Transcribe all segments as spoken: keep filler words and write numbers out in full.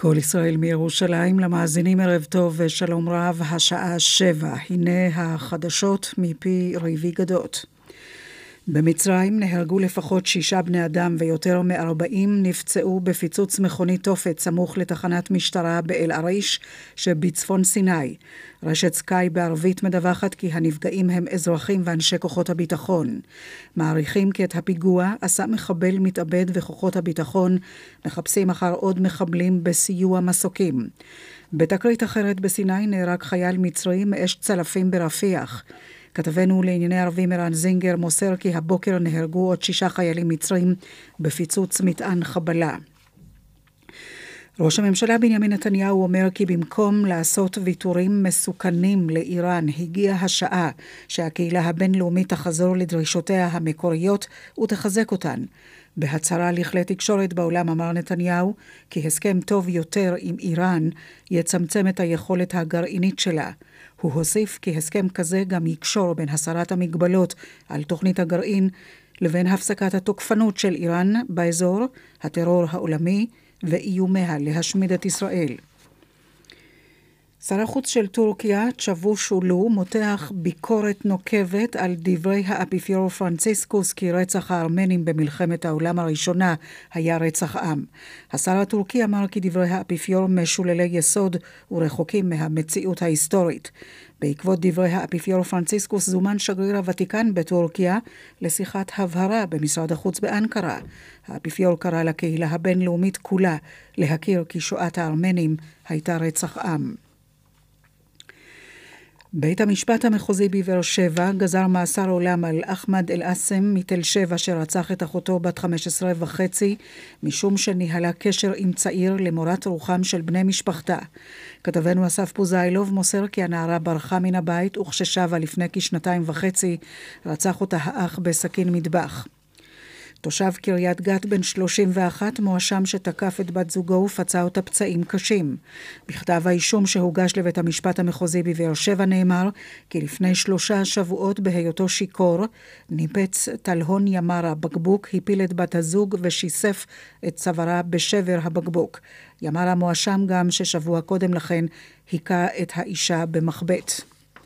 כל ישראל מירושלים, למאזינים ערב טוב ושלום רב, השעה שבע. הנה החדשות מפי ריבי גדות. במצרים נהרגו לפחות שישה בני אדם ויותר מארבעים נפצעו בפיצוץ מכונית תופת סמוך לתחנת משטרה באל עריש שבצפון סיני. רשת סקאי בערבית מדווחת כי הנפגעים הם אזרחים ואנשי כוחות הביטחון. מעריכים כי את הפיגוע עשה מחבל מתאבד וכוחות הביטחון מחפשים אחר עוד מחבלים בסיוע מסוקים. בתקרית אחרת בסיני נהרג חייל מצרי מאש צלפים ברפיח. כתבנו לענייני ערבים ערן זינגר מוסר כי הבוקר נהרגו עוד שישה חיילים מצרים בפיצוץ מטען חבלה. ראש הממשלה בנימין נתניהו אומר כי במקום לעשות ויתורים מסוכנים לאיראן, הגיעה השעה שהקהילה הבינלאומית תחזור לדרישותיה המקוריות ותחזק אותן. בהצהרה לכלי תקשורת בעולם אמר נתניהו כי הסכם טוב יותר עם איראן יצמצם את היכולת הגרעינית שלה. הוא הוסיף כי הסכם כזה גם יקשור בין הסרת המגבלות על תוכנית הגרעין לבין הפסקת התוקפנות של איראן באזור, הטרור העולמי ואיומיה להשמיד את ישראל. שר החוץ של טורקיה, צ'אבושולו, מותח ביקורת נוקבת על דברי האפיפיור פרנציסקוס כי רצח הארמנים במלחמת העולם הראשונה היה רצח עם. השר הטורקי אמר כי דברי האפיפיור משוללי יסוד ורחוקים מהמציאות ההיסטורית. בעקבות דברי האפיפיור פרנציסקוס זומן שגריר הוותיקן בטורקיה לשיחת הבהרה במשרד החוץ באנקרה. האפיפיור קרא לקהילה הבינלאומית כולה להכיר כי שואת הארמנים הייתה רצח עם. בית המשפט המחוזי בבאר שבע גזר מאסר עולם על אחמד אל-אסם מתל שבע שרצח את אחותו בת חמש עשרה וחצי משום שניהלה קשר עם צעיר למורת רוחם של בני משפחתה. כתבנו אסף פוזיילוב מוסר כי הנערה ברחה מן הבית וכששבה לפני כשנתיים וחצי רצח אותה האח בסכין מטבח. תושב קריית גת בן שלושים ואחת מואשם שתקף את בת זוגו ופצע אותה פצעים קשים. בכתב האישום שהוגש לבית המשפט המחוזי בבאר שבע נאמר כי לפני שלושה שבועות בהיותו שיקור ניפץ טלהון ימרה בקבוק, הפיל את בת הזוג ושיסף את צווארה בשבר הבקבוק. ימרה מואשם גם ששבוע קודם לכן היכה את האישה במחבט.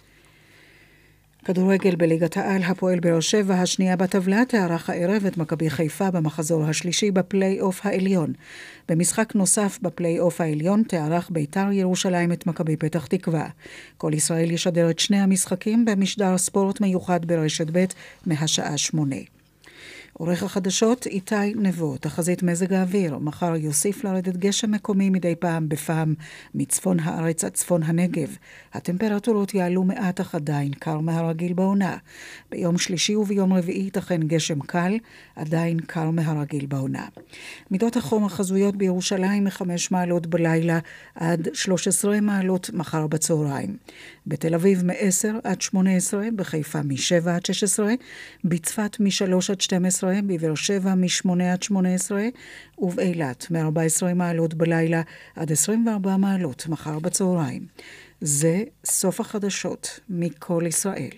כדורגל בליגת העל, הפועל באר שבע השנייה בטבלה תארח הערב את מכבי חיפה במחזור השלישי בפליי אוף העליון. במשחק נוסף בפליי אוף העליון תארח ביתר ירושלים את מכבי פתח תקווה. כל ישראל ישדר את שני המשחקים במשדר ספורט מיוחד ברשת ב' מהשעה שמונה. עורך החדשות איתי נבו. תחזית מזג האוויר, מחר יוסיף לרדת גשם מקומי מדי פעם בפעם מצפון הארץ עד צפון הנגב. הטמפרטורות יעלו מעט אך עדיין קר מהרגיל בעונה. ביום שלישי וביום רביעי ייתכן גשם קל, עדיין קר מהרגיל בעונה. מידות החום החזויות בירושלים מחמש מעלות בלילה עד שלוש עשרה מעלות מחר בצהריים. בתל אביב מ-עשר עד שמונה עשרה, בחיפה מ-שבע עד שש עשרה, בצפת מ-שלוש עד שתים עשרה, בבאר שבע מ-שמונה עד שמונה עשרה, ובאילת מ-ארבע עשרה מעלות בלילה עד עשרים וארבע מעלות מחר בצהריים. זה סוף החדשות מכל ישראל.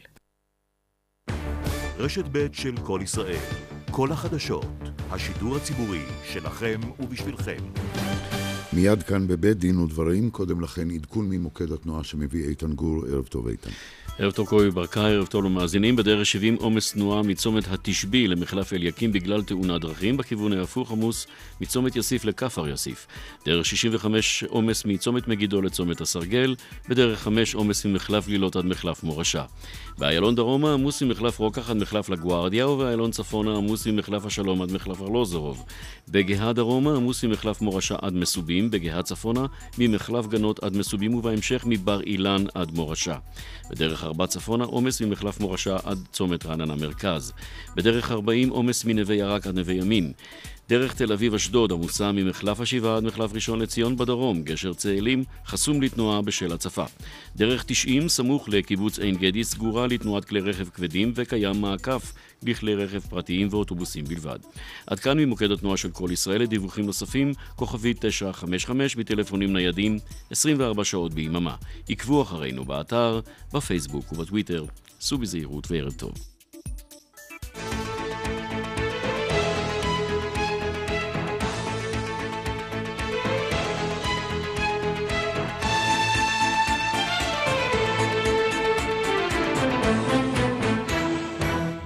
רשת ב' של כל ישראל. כל החדשות. השידור הציבורי שלכם ובשבילכם. מיד כאן בבית דין ודברים, קודם לכן עדכון ממוקד התנועה שמביא איתן גור. ערב טוב איתן. ערב טוב קובי ברכה, ערב טוב למאזינים. בדרך שבעים עומס תנועה מצומת התשבי למחלף אליקים בגלל תאונת דרכים, בכיוון ההפוך עמוס מצומת יסיף לכפר יסיף. דרך שישים וחמש עומס מצומת מגידו לצומת הסרגל, בדרך חמש עומס ממחלף לילות עד מחלף מורשה. באיילון דרומה עמוס ממחלף רוקח עד מחלף לגוארדיה, ובאיילון צפונה עמוס ממחלף השלום עד מחלף ארלוזורוב. בגאה דרומה עמוס ממחלף מורשה עד מסובים, בגאה צפונה ממחלף גנות עד מסובים, ובהמשך מבר אילן עד מורשה. בדרך ארבע צפונה עומס ממחלף מורשה עד צומת רעננה מרכז. בדרך ארבעים עומס מנווה ירק עד נווה ימין. דרך תל אביב אשדוד עמוסה ממחלף השבעה עד מחלף ראשון לציון בדרום, גשר צאלים חסום לתנועה בשל הצפה. דרך תשעים סמוך לקיבוץ עין גדי סגורה לתנועת כלי רכב כבדים וקיים מעקף לכלי רכב פרטיים ואוטובוסים בלבד. עד כאן ממוקד התנועה של כל ישראל. לדיווחים נוספים כוכבי תשע חמש חמש בטלפונים ניידים עשרים וארבע שעות ביממה. עקבו אחרינו באתר, בפייסבוק ובטוויטר. סעו בזהירות וערב טוב.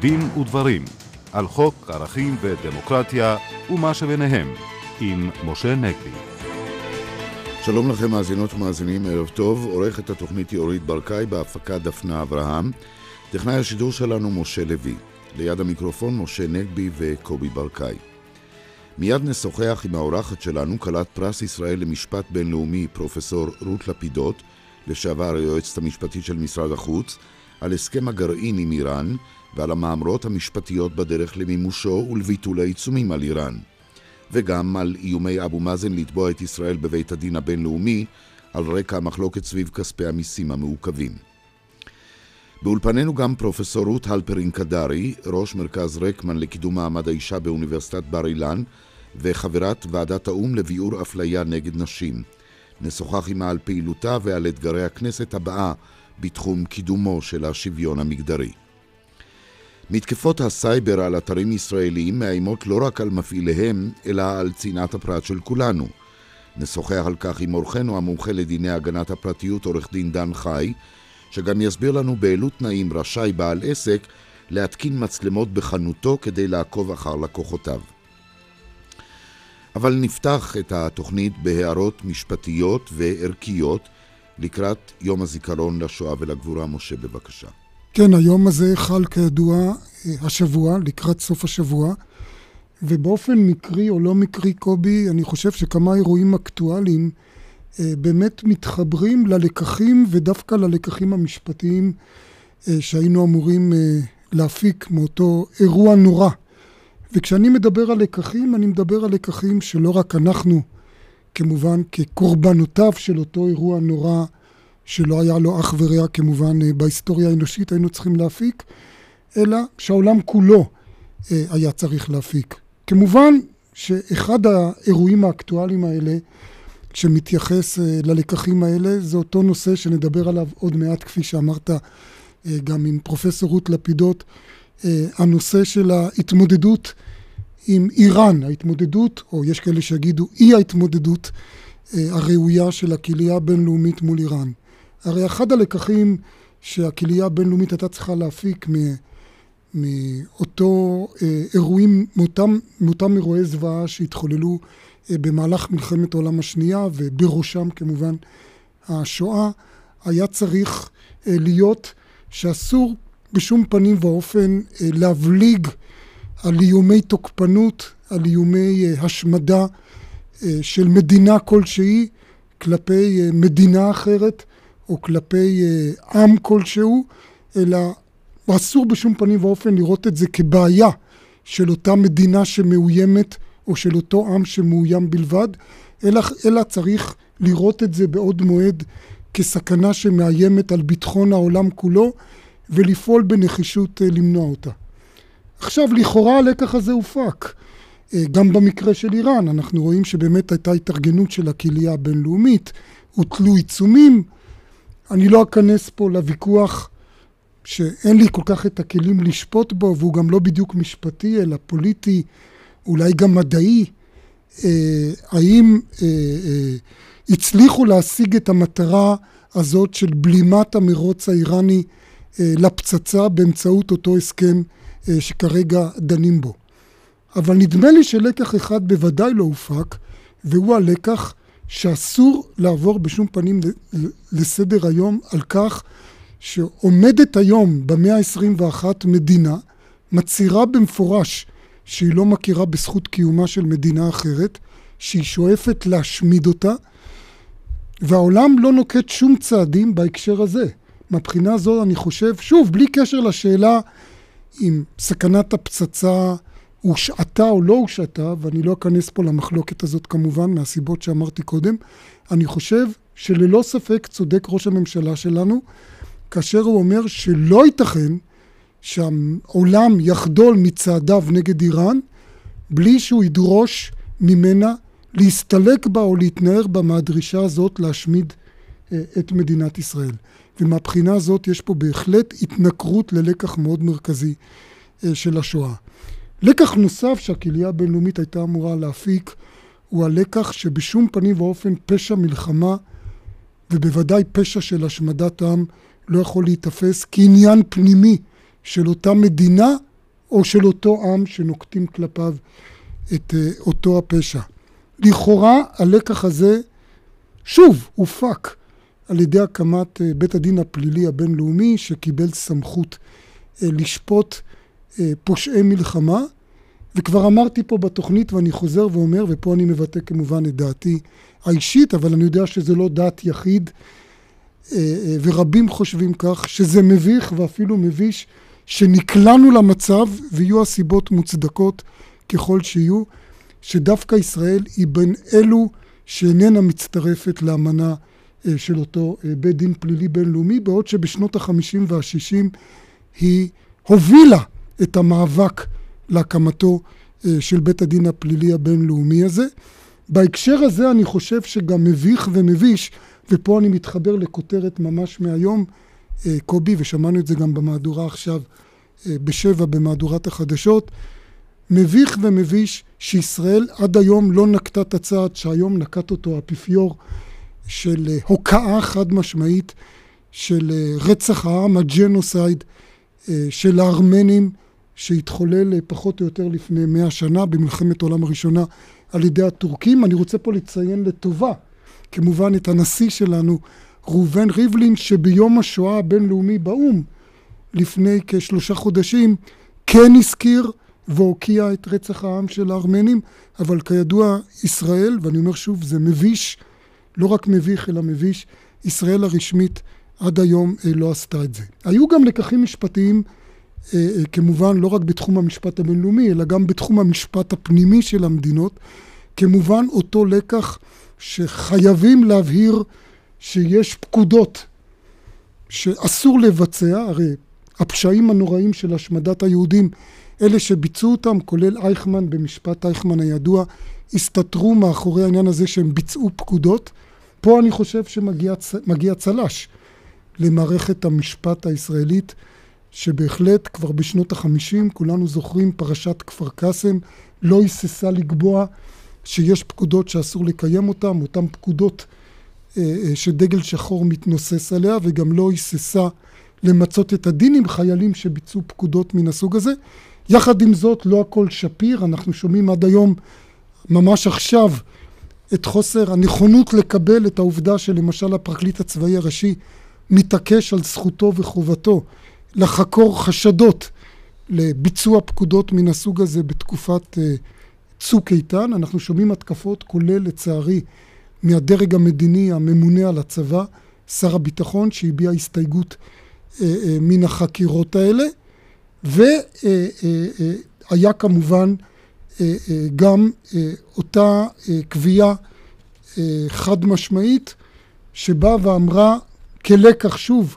דין ודברים על חוק ערכים ודמוקרטיה ומה שביניהם עם משה נגבי. שלום לכם מאזינות ומאזינים, ערב טוב. עורכת התוכנית היא אורית ברקאי, בהפקה דפנה אברהם. טכנאי השידור שלנו משה לוי. ליד המיקרופון משה נגבי וקובי ברקאי. מיד נשוחח עם האורחת שלנו, כלת פרס ישראל למשפט בינלאומי, פרופסור רות לפידות, לשעבר היועצת המשפטית של משרד החוץ, על הסכם הגרעין עם איראן ועל המאמרות המשפטיות בדרך למימושו ולביטול העיצומים על איראן. וגם על איומי אבו מאזן לתבוע את ישראל בבית הדין הבינלאומי על רקע המחלוקת סביב כספי המיסים המעוכבים. באולפנינו גם פרופסור רות הלפרין קדרי, ראש מרכז רקמן לקידום מעמד האישה באוניברסיטת בר אילן וחברת ועדת האום לביעור אפליה נגד נשים. נשוחח עמה על פעילותה ועל אתגרי הכנסת הבאה בתחום קידומו של השוויון המגדרי. מתקפות הסייבר על אתרים ישראליים מאיימות לא רק על מפעיליהם, אלא על צנעת הפרט של כולנו. נשוחח על כך עם אורחנו המומחה לדיני הגנת הפרטיות, עורך דין דן חי, שגם יסביר לנו באילו תנאים רשאי בעל עסק להתקין מצלמות בחנותו כדי לעקוב אחר לקוחותיו. אבל נפתח את התוכנית בהערות משפטיות וערכיות לקראת יום הזיכרון לשואה ולגבורה. משה, בבקשה. כן, היום הזה חל כידוע השבוע, לקראת סוף השבוע, ובאופן מקרי או לא מקרי, קובי, אני חושב שכמה אירועים אקטואליים באמת מתחברים ללקחים ודווקא ללקחים המשפטיים שהיינו אמורים להפיק מאותו אירוע נורא. וכשאני מדבר על לקחים, אני מדבר על לקחים שלא רק אנחנו, כמובן כקורבנותיו של אותו אירוע נורא, שלא היה לו אח ורע כמובן בהיסטוריה האנושית היינו צריכים להפיק, אלא שהעולם כולו היה צריך להפיק. כמובן שאחד האירועים האקטואליים האלה, שמתייחס ללקחים האלה, זה אותו נושא שנדבר עליו עוד מעט, כפי שאמרת גם עם פרופסור רות לפידות, הנושא של ההתמודדות עם איראן, ההתמודדות, או יש כאלה שיגידו אי ההתמודדות הראויה של הקהילה הבינלאומית מול איראן. הרי אחד הלקחים שהקהילה הבינלאומית הייתה צריכה להפיק מאותו אירועים, מאותם, מאותם אירועי זוועה שהתחוללו במהלך מלחמת העולם השנייה, ובראשם כמובן השואה, היה צריך להיות שאסור בשום פנים ואופן להבליג על איומי תוקפנות, על איומי השמדה של מדינה כלשהי כלפי מדינה אחרת או כלפי עם כלשהו, אלא אסור בשום פנים ואופן לראות את זה כבעיה של אותה מדינה שמאוימת או של אותו עם שמאוים בלבד, אלא, אלא צריך לראות את זה בעוד מועד כסכנה שמאיימת על ביטחון העולם כולו ולפעול בנחישות למנוע אותה. עכשיו, לכאורה הלקח הזה הופק. גם במקרה של איראן, אנחנו רואים שבאמת הייתה התארגנות של הקהילה הבינלאומית, הוטלו עיצומים. אני לא אכנס פה לוויכוח שאין לי כל כך את הכלים לשפוט בו, והוא גם לא בדיוק משפטי, אלא פוליטי, אולי גם מדעי. האם הצליחו להשיג את המטרה הזאת של בלימת המרוץ האיראני לפצצה באמצעות אותו הסכם שכרגע דנים בו. אבל נדמה לי שלקח אחד בוודאי לא הופק, והוא הלקח שאסור לעבור בשום פנים לסדר היום על כך שעומדת היום במאה ה-עשרים ואחת מדינה, מצהירה במפורש שהיא לא מכירה בזכות קיומה של מדינה אחרת, שהיא שואפת להשמיד אותה, והעולם לא נוקט שום צעדים בהקשר הזה. מבחינה זו אני חושב, שוב, בלי קשר לשאלה אם סכנת הפצצה הושעתה או לא הושעתה, ואני לא אכנס פה למחלוקת הזאת כמובן, מהסיבות שאמרתי קודם, אני חושב שללא ספק צודק ראש הממשלה שלנו, כאשר הוא אומר שלא ייתכן שהעולם יחדול מצעדיו נגד איראן, בלי שהוא ידרוש ממנה להסתלק בה או להתנער בה מהדרישה הזאת להשמיד את מדינת ישראל. ומהבחינה הזאת יש פה בהחלט התנכרות ללקח מאוד מרכזי של השואה. לקח נוסף שהקהילה הבינלאומית הייתה אמורה להפיק, הוא הלקח שבשום פנים ואופן פשע מלחמה, ובוודאי פשע של השמדת עם, לא יכול להתאפס כעניין פנימי של אותה מדינה או של אותו עם שנוקטים כלפיו את אותו הפשע. לכאורה הלקח הזה שוב הופק על ידי הקמת בית הדין הפלילי הבינלאומי שקיבל סמכות לשפוט פושעי מלחמה, וכבר אמרתי פה בתוכנית ואני חוזר ואומר, ופה אני מבטא כמובן את דעתי האישית, אבל אני יודע שזה לא דעת יחיד, ורבים חושבים כך, שזה מביך ואפילו מביש שנקלענו למצב, ויהיו הסיבות מוצדקות ככל שיהיו, שדווקא ישראל היא בין אלו שאיננה מצטרפת לאמנה של אותו בית דין פלילי בינלאומי, בעוד שבשנות החמישים והשישים היא הובילה את המאבק להקמתו של בית הדין הפלילי הבינלאומי הזה. בהקשר הזה אני חושב שגם מביך ומביש, ופה אני מתחבר לכותרת ממש מהיום, קובי, ושמענו את זה גם במהדורה עכשיו בשבע במהדורת החדשות, מביך ומביש שישראל עד היום לא נקטה את הצעד שהיום נקט אותו האפיפיור של הוקעה חד משמעית של רצח העם, הג'נוסייד של הארמנים שהתחולל פחות או יותר לפני מאה שנה במלחמת העולם הראשונה על ידי הטורקים. אני רוצה פה לציין לטובה כמובן את הנשיא שלנו ראובן ריבלין, שביום השואה הבינלאומי באום לפני כשלושה חודשים כן הזכיר והוקיע את רצח העם של הארמנים, אבל כידוע ישראל, ואני אומר שוב, זה מביש, לא רק מביך אלא מביש, ישראל הרשמית עד היום לא עשתה את זה. היו גם לקחים משפטיים כמובן לא רק בתחום המשפט הבינלאומי, אלא גם בתחום המשפט הפנימי של המדינות, כמובן אותו לקח שחייבים להבהיר שיש פקודות שאסור לבצע, הרי הפשעים הנוראים של השמדת היהודים, אלה שביצעו אותם, כולל אייכמן במשפט אייכמן הידוע, הסתתרו מאחורי העניין הזה שהם ביצעו פקודות. פה אני חושב שמגיע צלש למערכת המשפט הישראלית, שבהחלט כבר בשנות החמישים, כולנו זוכרים פרשת כפר קאסם, לא היססה לקבוע שיש פקודות שאסור לקיים אותם, אותם פקודות אה, שדגל שחור מתנוסס עליה, וגם לא היססה למצות את הדין עם חיילים שביצעו פקודות מן הסוג הזה. יחד עם זאת, לא הכל שפיר, אנחנו שומעים עד היום, ממש עכשיו, את חוסר הנכונות לקבל את העובדה שלמשל הפרקליט הצבאי הראשי מתעקש על זכותו וחובתו לחקור חשדות לביצוע פקודות מן הסוג הזה בתקופת uh, צוק איתן. אנחנו שומעים התקפות, כולל לצערי מהדרג המדיני הממונה על הצבא, שר הביטחון, שהביע הסתייגות uh, uh, מן החקירות האלה, והיה uh, uh, uh, כמובן uh, uh, גם uh, אותה uh, קביעה uh, חד משמעית, שבאה ואמרה כלקח שוב,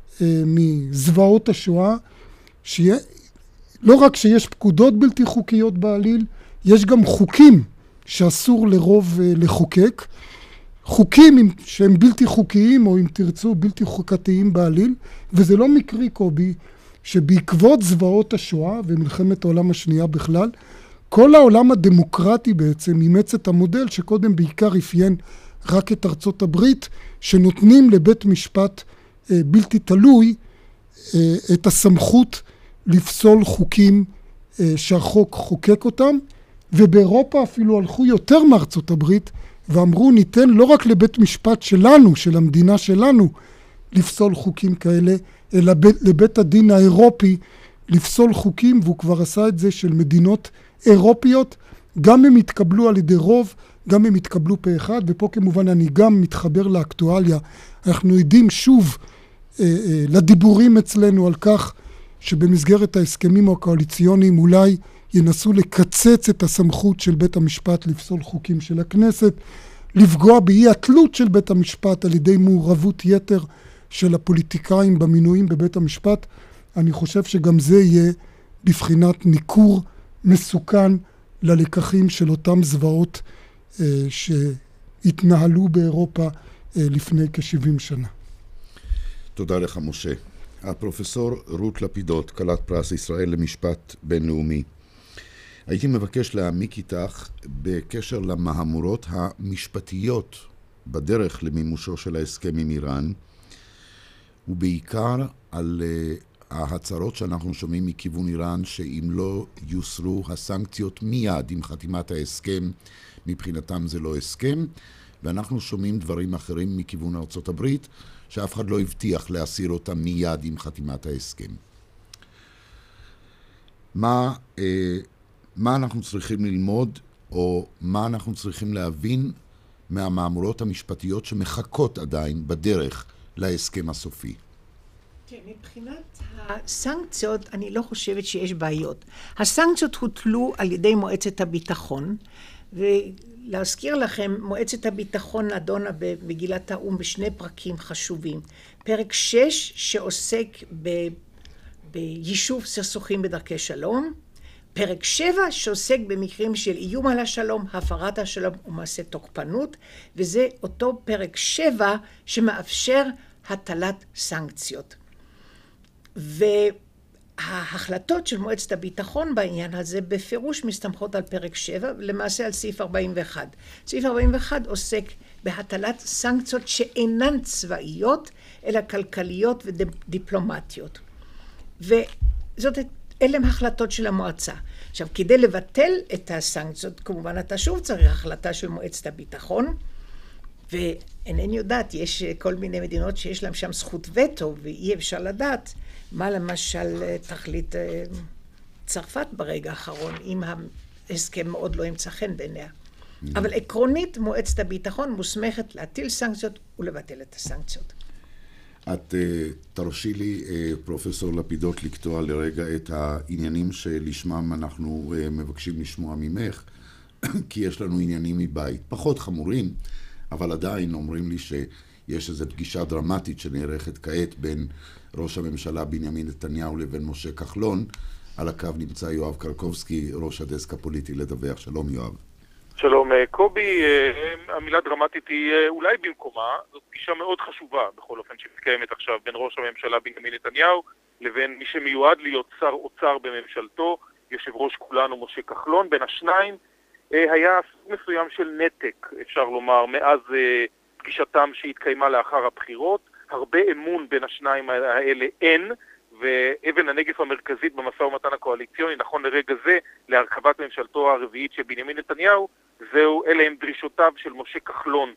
מזוועות השואה, שלא רק שיש פקודות בלתי חוקיות בעליל, יש גם חוקים שאסור לרוב לחוקק, חוקים שהם בלתי חוקיים או אם תרצו בלתי חוקתיים בעליל, וזה לא מקרי קובי שבעקבות זוועות השואה ומלחמת העולם השנייה בכלל, כל העולם הדמוקרטי בעצם אימץ את המודל שקודם בעיקר אפיין רק את ארצות הברית, שנותנים לבית משפט בלתי תלוי את הסמכות לפסול חוקים שהחוק חוקק אותם, ובאירופה אפילו הלכו יותר מארצות הברית ואמרו ניתן לא רק לבית משפט שלנו, של המדינה שלנו, לפסול חוקים כאלה, אלא לבית הדין האירופי לפסול חוקים, והוא כבר עשה את זה של מדינות אירופיות, גם הם התקבלו על ידי רוב, גם הם התקבלו פה אחד, ופה כמובן אני גם מתחבר לאקטואליה. אנחנו יודעים שוב אה, אה, לדיבורים אצלנו על כך שבמסגרת ההסכמים הקואליציוניים אולי ינסו לקצץ את הסמכות של בית המשפט לפסול חוקים של הכנסת, לפגוע באי התלות של בית המשפט על ידי מעורבות יתר של הפוליטיקאים במינויים בבית המשפט. אני חושב שגם זה יהיה בבחינת ניכור מסוכן ללקחים של אותם זוועות אה, שהתנהלו באירופה אה, לפני כ-שבעים שנה. תודה לך משה. הפרופסור רות לפידות, כלת פרס ישראל למשפט בינלאומי. הייתי מבקש להעמיק איתך בקשר למהמורות המשפטיות בדרך למימושו של ההסכם עם איראן, ובעיקר על ההצהרות שאנחנו שומעים מכיוון איראן, שאם לא יוסרו הסנקציות מיד עם חתימת ההסכם, מבחינתם זה לא הסכם, ואנחנו שומעים דברים אחרים מכיוון ארצות הברית, שאף אחד לא הבטיח להסיר אותם מיד עם חתימת ההסכם. מה, אה, מה אנחנו צריכים ללמוד, או מה אנחנו צריכים להבין מהמאמרות המשפטיות שמחכות עדיין בדרך להסכם הסופי? כן, מבחינת הסנקציות אני לא חושבת שיש בעיות. הסנקציות הוטלו על ידי מועצת הביטחון, ולהזכיר לכם, מועצת הביטחון נדונה במגילת האו"ם בשני פרקים חשובים. פרק שש שעוסק ב, ביישוב סכסוכים בדרכי שלום, פרק שבע שעוסק במקרים של איום על השלום, הפרת השלום ומעשה תוקפנות, וזה אותו פרק שבע שמאפשר הטלת סנקציות. וההחלטות של מועצת הביטחון בעניין הזה בפירוש מסתמכות על פרק שבע, ולמעשה על סעיף ארבעים ואחת. סעיף ארבעים ואחת עוסק בהטלת סנקציות שאינן צבאיות, אלא כלכליות ודיפלומטיות. וזאת אלה הם החלטות של המועצה. עכשיו, כדי לבטל את הסנקציות, כמובן אתה שוב צריך החלטה של מועצת הביטחון, ואינני יודעת, יש כל מיני מדינות שיש להם שם זכות וטו, ואי אפשר לדעת מה למשל תחליט צרפת ברגע האחרון, אם ההסכם מאוד לא ימצא חן בעיניה. אבל עקרונית, מועצת הביטחון מוסמכת להטיל סנקציות ולבטל את הסנקציות. את תרשי לי, פרופסור לפידות, לקטוע לרגע את העניינים שלשמם אנחנו מבקשים לשמוע ממך, כי יש לנו עניינים מבית, פחות חמורים, אבל עדיין אומרים לי שיש איזו פגישה דרמטית שנערכת כעת בין ראש הממשלה בנימין נתניהו לבין משה כחלון. על הקו נמצא יואב קרקובסקי, ראש הדסק הפוליטי, לדווח. שלום יואב. שלום קובי, המילה דרמטית היא אולי במקומה, זאת פגישה מאוד חשובה בכל אופן שמתקיימת עכשיו בין ראש הממשלה בנימין נתניהו לבין מי שמיועד להיות שר אוצר בממשלתו, יושב ראש כולנו משה כחלון. בין השניים היה סוג מסוים של נתק, אפשר לומר, מאז פגישתם שהתקיימה לאחר הבחירות. הרבה אמון בין השניים האלה אין, ואבן הנגף המרכזית במשא ומתן הקואליציוני נכון לרגע זה להרכבת ממשלתו הרביעית של בנימין נתניהו, זהו, אלה הם דרישותיו של משה כחלון,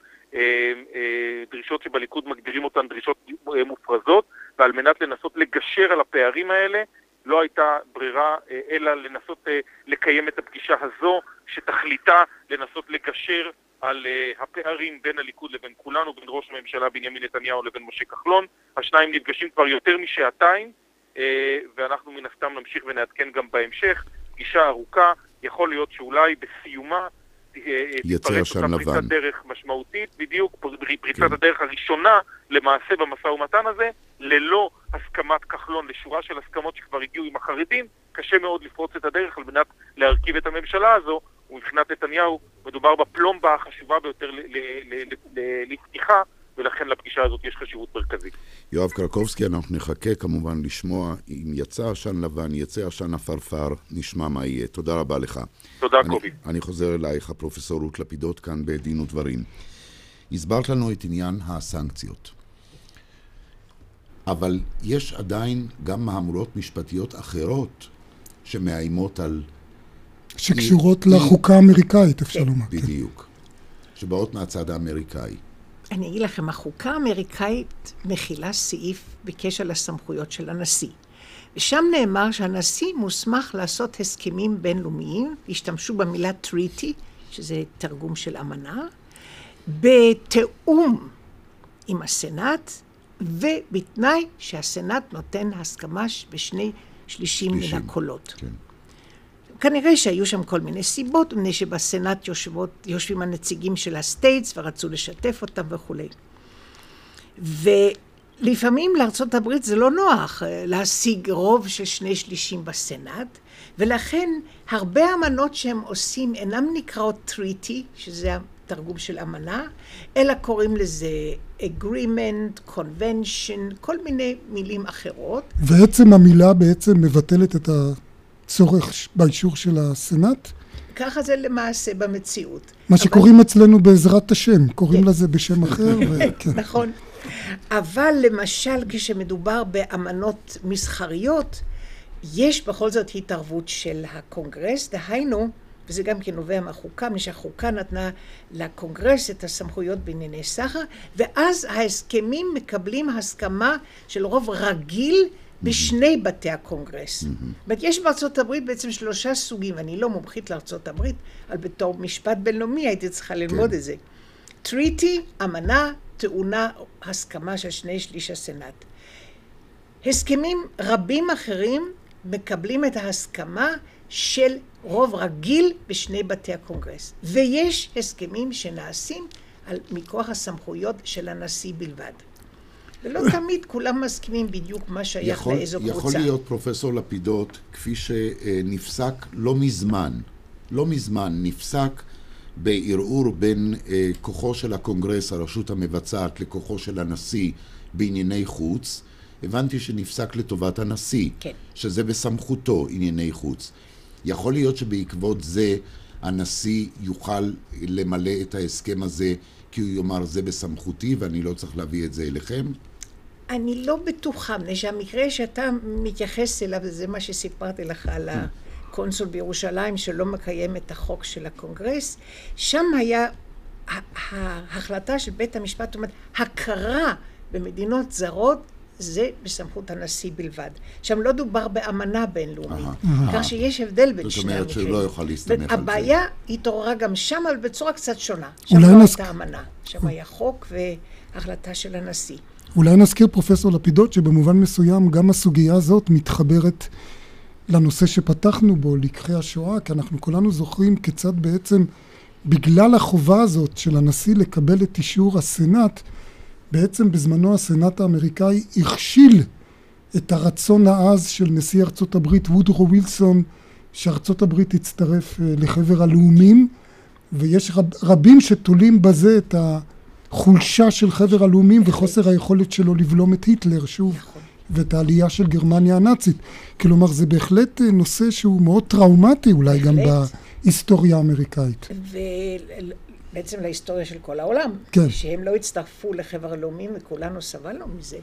דרישות שבליכוד מגדירים אותן דרישות מופרזות, ועל מנת לנסות לגשר על הפערים האלה לא הייתה ברירה אלא לנסות לקיים את הפגישה הזו שתכליתה לנסות לגשר על הפערים בין הליכוד לבין כולנו, בין ראש הממשלה בנימין נתניהו לבין משה כחלון. השניים נפגשים כבר יותר משעתיים, ואנחנו מן הסתם נמשיך ונעדכן גם בהמשך. פגישה ארוכה, יכול להיות שאולי בסיומה יצא עשן לבן. פריצת דרך משמעותית, בדיוק פריצת כן. הדרך הראשונה למעשה במשא ומתן הזה, ללא הסכמת כחלון לשורה של הסכמות שכבר הגיעו עם החרדים. קשה מאוד לפרוץ את הדרך על מנת להרכיב את הממשלה הזו, ומבחינת נתניהו מדובר בפלומבה החשובה ביותר לפתיחה, ולכן לפגישה הזאת יש חשיבות מרכזית. יואב קרקובסקי, אנחנו נחכה כמובן לשמוע אם יצא עשן לבן, יצא עשן אפרפר, נשמע מה יהיה. תודה רבה לך. תודה אני, קובי. אני חוזר אלייך, הפרופסור רות לפידות, כאן בדין ודברים. הסברת לנו את עניין הסנקציות. אבל יש עדיין גם מהמורות משפטיות אחרות שמאיימות על... שקשורות לחוקה האמריקאית, אפשר לומר. בדיוק. שבאות מהצד האמריקאי. אני אגיד לכם, החוקה האמריקאית מכילה סעיף בקשר לסמכויות של הנשיא. ושם נאמר שהנשיא מוסמך לעשות הסכמים בינלאומיים, השתמשו במילה treaty, שזה תרגום של אמנה, בתיאום עם הסנאט, ובתנאי שהסנאט נותן הסכמה בשני שלישים מן הקולות. כן. כנראה שהיו שם כל מיני סיבות, מפני שבסנאט יושבות, יושבים הנציגים של הסטייטס ורצו לשתף אותם וכו'. ולפעמים לארצות הברית זה לא נוח להשיג רוב של שני שלישים בסנאט, ולכן הרבה אמנות שהם עושים אינם נקראות טריטי, שזה התרגום של אמנה, אלא קוראים לזה agreement, convention, כל מיני מילים אחרות. ועצם המילה בעצם מבטלת את ה... צורך באישור של הסנאט? ככה זה למעשה במציאות. מה שקוראים אצלנו בעזרת השם, קוראים לזה בשם אחר. נכון. אבל למשל כשמדובר באמנות מסחריות, יש בכל זאת התערבות של הקונגרס, דהיינו, וזה גם כן נובע מהחוקה, מפני שהחוקה נתנה לקונגרס את הסמכויות בענייני סחר, ואז ההסכמים מקבלים הסכמה של רוב רגיל בשני בתי הקונגרס. זאת אומרת, יש בארצות הברית בעצם שלושה סוגים, אני לא מומחית לארצות הברית, אבל בתור משפט בינלאומי הייתי צריכה ללמוד את זה. טריטי, אמנה, טעונה, הסכמה של שני שליש הסנאט. הסכמים רבים אחרים מקבלים את ההסכמה של רוב רגיל בשני בתי הקונגרס. ויש הסכמים שנעשים על מכוח הסמכויות של הנשיא בלבד. ולא תמיד כולם מסכימים בדיוק מה שייך יכול, לאיזו קבוצה. יכול להיות פרופסור לפידות, כפי שנפסק לא מזמן, לא מזמן נפסק בערעור בין אה, כוחו של הקונגרס, הרשות המבצעת, לכוחו של הנשיא בענייני חוץ, הבנתי שנפסק לטובת הנשיא, כן. שזה בסמכותו ענייני חוץ. יכול להיות שבעקבות זה הנשיא יוכל למלא את ההסכם הזה, כי הוא יאמר זה בסמכותי ואני לא צריך להביא את זה אליכם? אני לא בטוחה, מפני שהמקרה שאתה מתייחס אליו, זה מה שסיפרתי לך על הקונסול בירושלים, שלא מקיים את החוק של הקונגרס, שם היה ההחלטה של בית המשפט, זאת אומרת, הכרה במדינות זרות, זה בסמכות הנשיא בלבד. שם לא דובר באמנה בינלאומית, כך שיש הבדל בין שני המקרים. זאת אומרת שלא יכול להסתמך על זה. הבעיה התעוררה גם שם, אבל בצורה קצת שונה. שם לא הייתה אמנה, שם היה חוק והחלטה של הנשיא. אולי נזכיר פרופסור לפידות שבמובן מסוים גם הסוגיה הזאת מתחברת לנושא שפתחנו בו, לקחי השואה, כי אנחנו כולנו זוכרים כיצד בעצם בגלל החובה הזאת של הנשיא לקבל את אישור הסנאט, בעצם בזמנו הסנאט האמריקאי הכשיל את הרצון העז של נשיא ארצות הברית וודרו ווילסון שארצות הברית תצטרף לחבר הלאומים, ויש רב, רבים שתולים בזה את החולשה של חבר הלאומים וחוסר היכולת שלו לבלום את היטלר שוב ואת העלייה של גרמניה הנאצית. כלומר זה בהחלט נושא שהוא מאוד טראומטי אולי גם בהיסטוריה האמריקאית. ו... בעצם להיסטוריה של כל העולם, כן. שהם לא הצטרפו לחבר הלאומים וכולנו סבלנו מזה.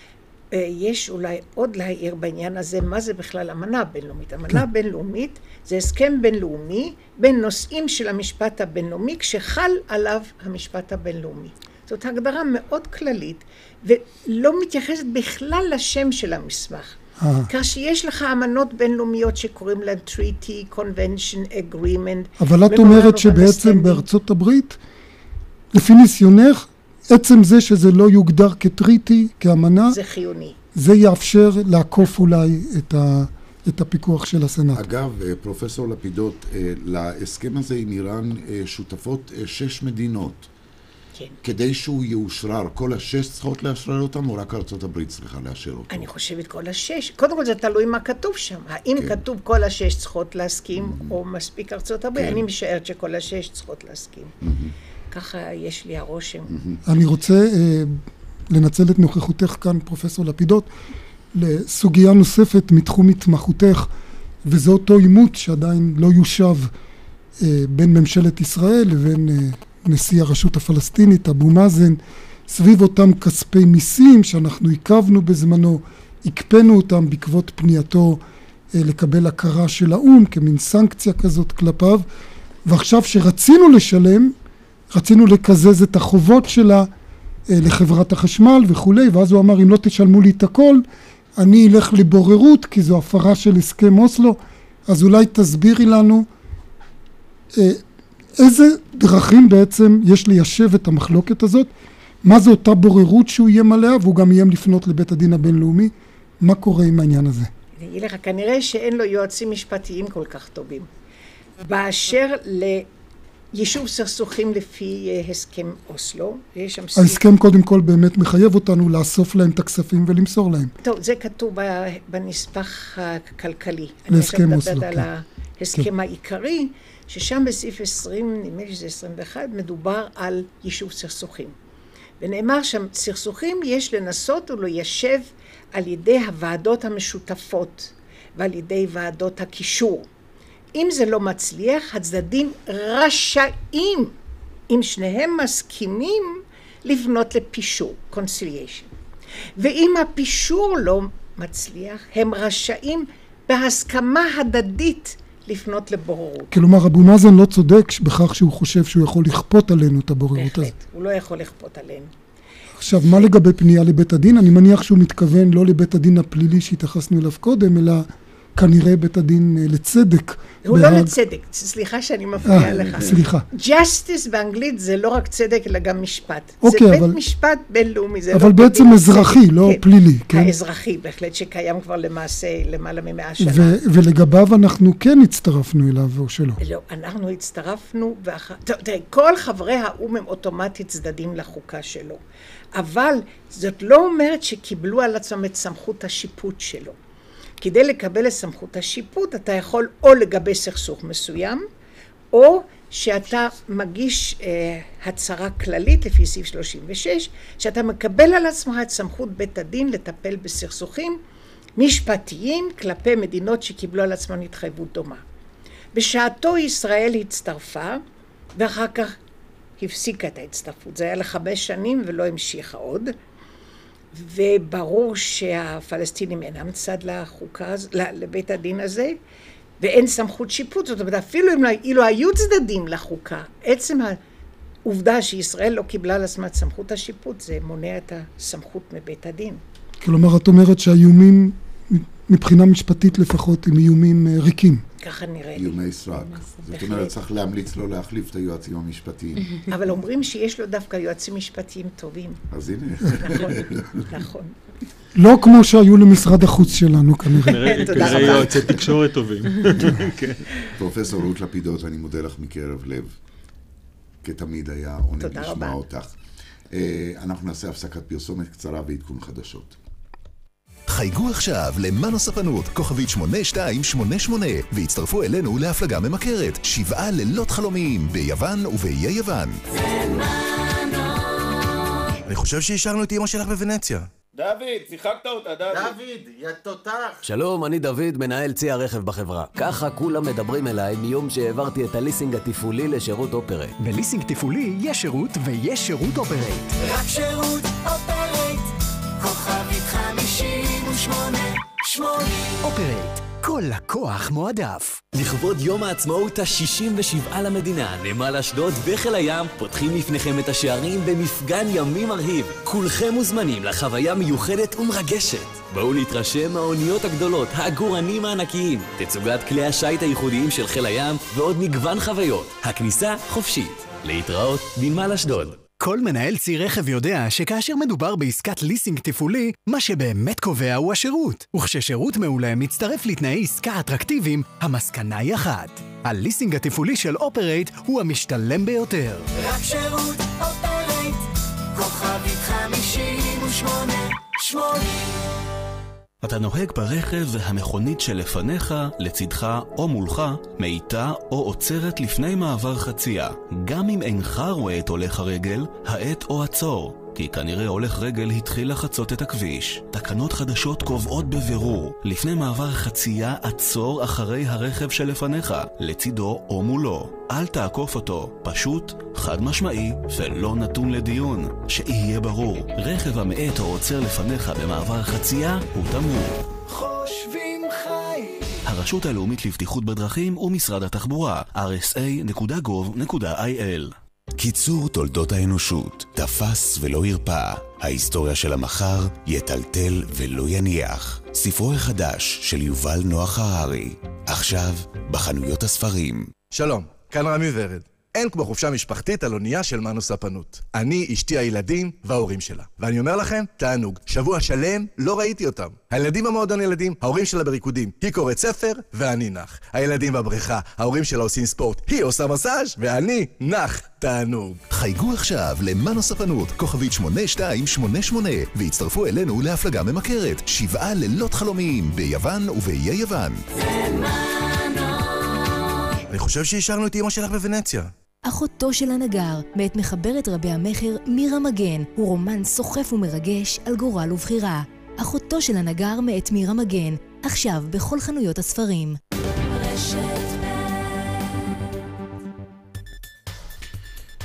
יש אולי עוד להעיר בעניין הזה, מה זה בכלל אמנה בינלאומית? אמנה כן. בינלאומית זה הסכם בינלאומי בין נושאים של המשפט הבינלאומי, כשחל עליו המשפט הבינלאומי. זאת הגדרה מאוד כללית, ולא מתייחסת בכלל לשם של המסמך. כך שיש לך אמנות בינלאומיות שקוראים להן Treaty, Convention, Agreement. אבל את אומרת שבעצם בארצות הברית, לפי ניסיונך, עצם זה שזה לא יוגדר כטריטי, כאמנה, זה חיוני. זה יאפשר לעקוף אולי את, ה, את הפיקוח של הסנאט. אגב, פרופסור לפידות, להסכם הזה עם איראן שותפות שש מדינות. כן. כדי שהוא יאושרר, כל השש צריכות לאשרר אותם, או רק ארצות הברית צריכה לאשר אותו? אני חושבת כל השש. קודם כל זה תלוי מה כתוב שם. האם כן. כתוב כל השש צריכות להסכים, mm-hmm. או מספיק ארצות הברית? כן. אני משערת שכל השש צריכות להסכים. Mm-hmm. ככה יש לי הרושם. Mm-hmm. אני רוצה אה, לנצל את נוכחותך כאן, פרופסור לפידות, לסוגיה נוספת מתחום התמחותך, וזה אותו עימות שעדיין לא יושב אה, בין ממשלת ישראל לבין... אה, נשיא הרשות הפלסטינית, אבו מאזן, סביב אותם כספי מיסים שאנחנו עיכבנו בזמנו, הקפנו אותם בעקבות פנייתו אה, לקבל הכרה של האום, כמין סנקציה כזאת כלפיו, ועכשיו שרצינו לשלם, רצינו לקזז את החובות שלה אה, לחברת החשמל וכולי, ואז הוא אמר, אם לא תשלמו לי את הכל, אני אלך לבוררות, כי זו הפרה של הסכם אוסלו, אז אולי תסבירי לנו, אה, איזה דרכים בעצם יש ליישב את המחלוקת הזאת? מה זו אותה בוררות שהוא יהיה מלאה, והוא גם יהיה לפנות לבית הדין הבינלאומי? מה קורה עם העניין הזה? אני אגיד לך, כנראה שאין לו יועצים משפטיים כל כך טובים. באשר ליישוב סכסוכים לפי הסכם אוסלו, יש שם... ההסכם קודם כל באמת מחייב אותנו לאסוף להם את הכספים ולמסור להם. טוב, זה כתוב בנספח הכלכלי. להסכם אוסלו, כן. אני עכשיו מדברת על ההסכם העיקרי, ששם בסעיף עשרים, נדמה לי שזה עשרים ואחת, מדובר על יישוב סכסוכים. ונאמר שם, סכסוכים יש לנסות וליישב על ידי הוועדות המשותפות ועל ידי ועדות הקישור. אם זה לא מצליח, הצדדים רשאים, אם שניהם מסכימים, לפנות לפישור, conciliation. ואם הפישור לא מצליח, הם רשאים בהסכמה הדדית לפנות לבוררות. כלומר, אבו מאזן לא צודק בכך שהוא חושב שהוא יכול לכפות עלינו את הבוררות הזאת. בהחלט, הוא לא יכול לכפות עלינו. עכשיו, מה לגבי פנייה לבית הדין? אני מניח שהוא מתכוון לא לבית הדין הפלילי שהתייחסנו אליו קודם, אלא כנראה בית הדין לצדק. הוא לא לצדק, סליחה שאני מפריעה לך. סליחה. Justice באנגלית זה לא רק צדק, אלא גם משפט. זה בית משפט בינלאומי. אבל בעצם אזרחי, לא פלילי. האזרחי, בהחלט, שקיים כבר למעשה למעלה ממאה שנה. ולגביו אנחנו כן הצטרפנו אליו, או שלא? לא, אנחנו הצטרפנו, תראה, כל חברי האום הם אוטומטית צדדים לחוקה שלו. אבל זאת לא אומרת שקיבלו על עצמם את סמכות השיפוט שלו. כדי לקבל את סמכות השיפוט, אתה יכול או לגבי סכסוך מסוים, או שאתה מגיש אה, הצהרה כללית לפי סעיף שלושים ושש, שאתה מקבל על עצמך את סמכות בית הדין לטפל בסכסוכים משפטיים כלפי מדינות שקיבלו על עצמן התחייבות דומה. בשעתו ישראל הצטרפה, ואחר כך הפסיקה את ההצטרפות. זה היה לחמש שנים ולא המשיכה עוד. וברור שהפלסטינים אינם צד לחוקה, לבית הדין הזה, ואין סמכות שיפוט. זאת אומרת, אפילו אם אילו היו צדדים לחוקה, עצם העובדה שישראל לא קיבלה על עצמה את סמכות השיפוט, זה מונע את הסמכות מבית הדין. כלומר, את אומרת שהאיומים, מבחינה משפטית לפחות, הם איומים ריקים. ככה נראה לי. איומי סרק. זאת אומרת, צריך להמליץ לא להחליף את היועצים המשפטיים. אבל אומרים שיש לו דווקא יועצים משפטיים טובים. אז הנה. נכון, נכון. לא כמו שהיו למשרד החוץ שלנו כנראה. תודה רבה. כנראה יועצי תקשורת טובים. פרופסור רות לפידות, אני מודה לך מקרב לב. כתמיד היה עונג לשמוע אותך. אנחנו נעשה הפסקת פרסומת קצרה ועדכון חדשות. חייגו עכשיו למנו ספנות, כוכבית שמונה שתיים שמונה שמונה, והצטרפו אלינו להפלגה ממכרת, שבעה לילות חלומיים, ביוון ובאיי יוון. זה מנו. אני חושב שהשארנו את אמא שלך בוונציה. דוד, שיחקת אותה, דוד. דוד, יא תותח. שלום, אני דוד, מנהל צי הרכב בחברה. ככה כולם מדברים אליי מיום שהעברתי את הליסינג התפעולי לשירות אופרייט. בליסינג תפעולי יש שירות ויש שירות אופרייט. רק שירות אופרייט, כוכבית חמישים ושמונה שמונה. אופרייט, כל לקוח מועדף. לכבוד יום העצמאות ה-שישים ושבעה למדינה, נמל אשדוד וחיל הים פותחים לפניכם את השערים במפגן ימי מרהיב. כולכם מוזמנים לחוויה מיוחדת ומרגשת. בואו להתרשם מהאוניות הגדולות, העגורנים הענקיים, תצוגת כלי השיט הייחודיים של חיל הים ועוד מגוון חוויות. הכניסה חופשית. להתראות בנמל אשדוד. כל מנהל צי רכב יודע שכאשר מדובר בעסקת ליסינג תפעולי, מה שבאמת קובע הוא השירות. וכששירות מעולה מצטרף לתנאי עסקה אטרקטיביים, המסקנה היא אחת. הליסינג התפעולי של אופרייט הוא המשתלם ביותר. רק שירות אופרייט, כוכבית חמישים ושמונה שמונה. אתה נוהג ברכב והמכונית שלפניך, לצדך או מולך, מאיתה או עוצרת לפני מעבר חצייה. גם אם אינך רואה את הולך הרגל, האט או עצור. כי כנראה הולך רגל התחיל לחצות את הכביש. תקנות חדשות קובעות בבירור. לפני מעבר חצייה עצור אחרי הרכב שלפניך, לצידו או מולו. אל תעקוף אותו. פשוט, חד משמעי ולא נתון לדיון. שיהיה ברור, רכב המאט או עוצר לפניך במעבר חצייה הוא תמרור. חושבים חי. הרשות הלאומית לבטיחות בדרכים ומשרד התחבורה, אר אס איי נקודה גוב נקודה איי אל. קיצור תולדות האנושות, תפס ולא ירפא. ההיסטוריה של המחר יטלטל ולא יניח. ספרו החדש של יובל נוח הררי. עכשיו בחנויות הספרים. שלום, כאן רמי ורד. אין כמו חופשה משפחתית על אונייה של מנו ספנות. אני, אשתי, הילדים וההורים שלה. ואני אומר לכם, תענוג. שבוע שלם לא ראיתי אותם. הילדים במועדון ילדים, ההורים שלה בריקודים. היא קוראת ספר ואני נח. הילדים בבריכה, ההורים שלה עושים ספורט. היא עושה מסאז' ואני נח. תענוג. חייגו עכשיו למנו ספנות, כוכבית שמונה שתיים שמונה שמונה, והצטרפו אלינו להפלגה ממכרת. שבעה לילות חלומיים, ביוון ובאיי יוון. זה מנו. אני חושב שהשארנו את אמא שלך בוונציה. אחותו של הנגר, מאת מחברת רבי המחר מירה מגן, הוא רומן סוחף ומרגש על גורל ובחירה. אחותו של הנגר מאת מירה מגן, עכשיו בכל חנויות הספרים.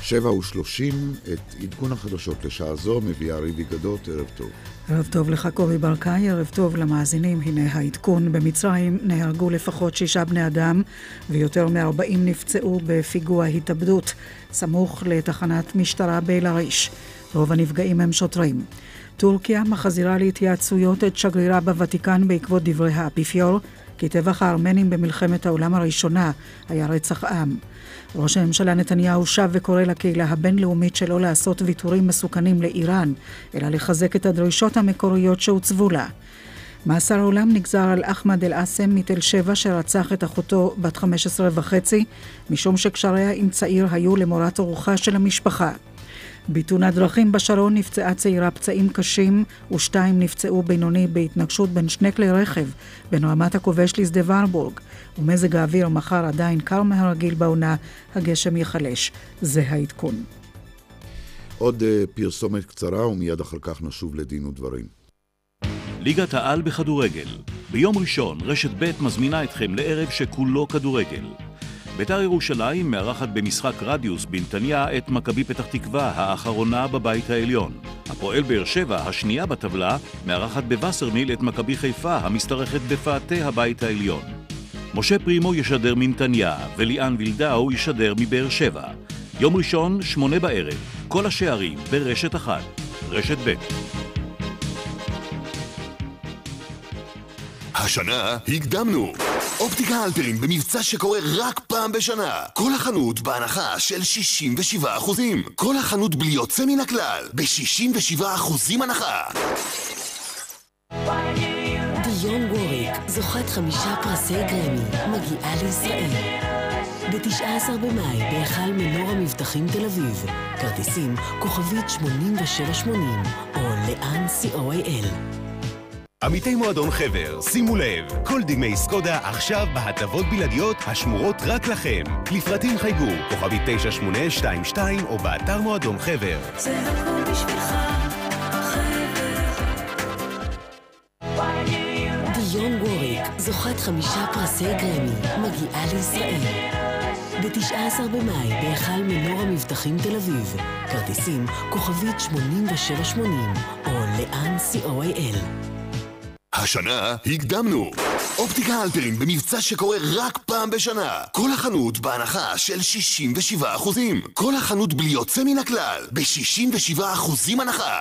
שבע ושלושים, את עדכון החדשות לשעה זו מביאה ריבי גדות. ערב טוב. ערב טוב לך קובי ברקאי, ערב טוב למאזינים. הנה העדכון. במצרים נהרגו לפחות שישה בני אדם ויותר מ-ארבעים נפצעו בפיגוע התאבדות סמוך לתחנת משטרה באל-עריש. רוב הנפגעים הם שוטרים. טורקיה מחזירה להתייעצויות את שגרירה בוותיקן בעקבות דברי האפיפיור כי טבח הארמנים במלחמת העולם הראשונה היה רצח עם. ראש הממשלה נתניהו שב וקורא לקהילה הבינלאומית שלא לעשות ויתורים מסוכנים לאיראן, אלא לחזק את הדרישות המקוריות שהוצבו לה. מאסר העולם נגזר על אחמד אל-עאסם מתל שבע שרצח את אחותו בת חמש עשרה וחצי, משום שקשריה עם צעיר היו למורת ארוחה של המשפחה. בתאונת דרכים בשרון נפצעה צעירה פצעים קשים ושתיים נפצעו בינוני בהתנגשות בין שני כלי רכב בין רמת הכובש לשדה ורבורג. ומזג האוויר מחר עדיין קר מהרגיל בעונה, הגשם יחלש. זה העדכון. עוד uh, פרסומת קצרה ומיד אחר כך נשוב לדין ודברים. ליגת העל בכדורגל. ביום ראשון רשת ב' מזמינה אתכם לערב שכולו כדורגל. בית"ר ירושלים מארחת במשחק רדיוס בנתניה את מכבי פתח תקווה האחרונה בבית העליון. הפועל באר שבע השנייה בטבלה מארחת בווסרמיל את מכבי חיפה המשתרכת בפאתי הבית העליון. משה פרימו ישדר מנתניה וליאן וילדאו ישדר מבאר שבע. יום ראשון שמונה בערב, כל השערים ברשת אחת, רשת ב'. השנה הקדמנו. אופטיקה אלפרין במבצע שקורה רק פעם בשנה. כל החנות בהנחה של שישים ושבעה אחוזים. כל החנות בלי יוצא מן הכלל ב-שישים ושבעה אחוזים הנחה. דיון גוריק, זוכת חמישה פרסי גרמי, מגיעה לישראל. ב-תשעה עשר במאי בהיכל מנור המבטחים תל אביב. כרטיסים כוכבית שמונים ושבע שמונים או לאן סי או איי אל. עמיתי מועדון חבר, שימו לב, כל דגמי סקודה עכשיו בהטבות בלעדיות השמורות רק לכם. לפרטים חייגו, כוכבית תשע שמונה שתיים שתיים או באתר מועדון חבר. זה הכל בשבילך, חבר. דיון גוריק, זוכת חמישה פרסי גרמי, מגיעה לישראל. ב-תשעה עשר במאי בהיכל מנור המבטחים תל אביב. כרטיסים כוכבית שמונים ושבע שמונים או לאן סי או איי אל. השנה הקדמנו. אופטיקה אלפרין במבצע שקורה רק פעם בשנה. כל החנות בהנחה של שישים ושבעה אחוזים. כל החנות בלי יוצא מן הכלל ב-שישים ושבעה אחוזים הנחה.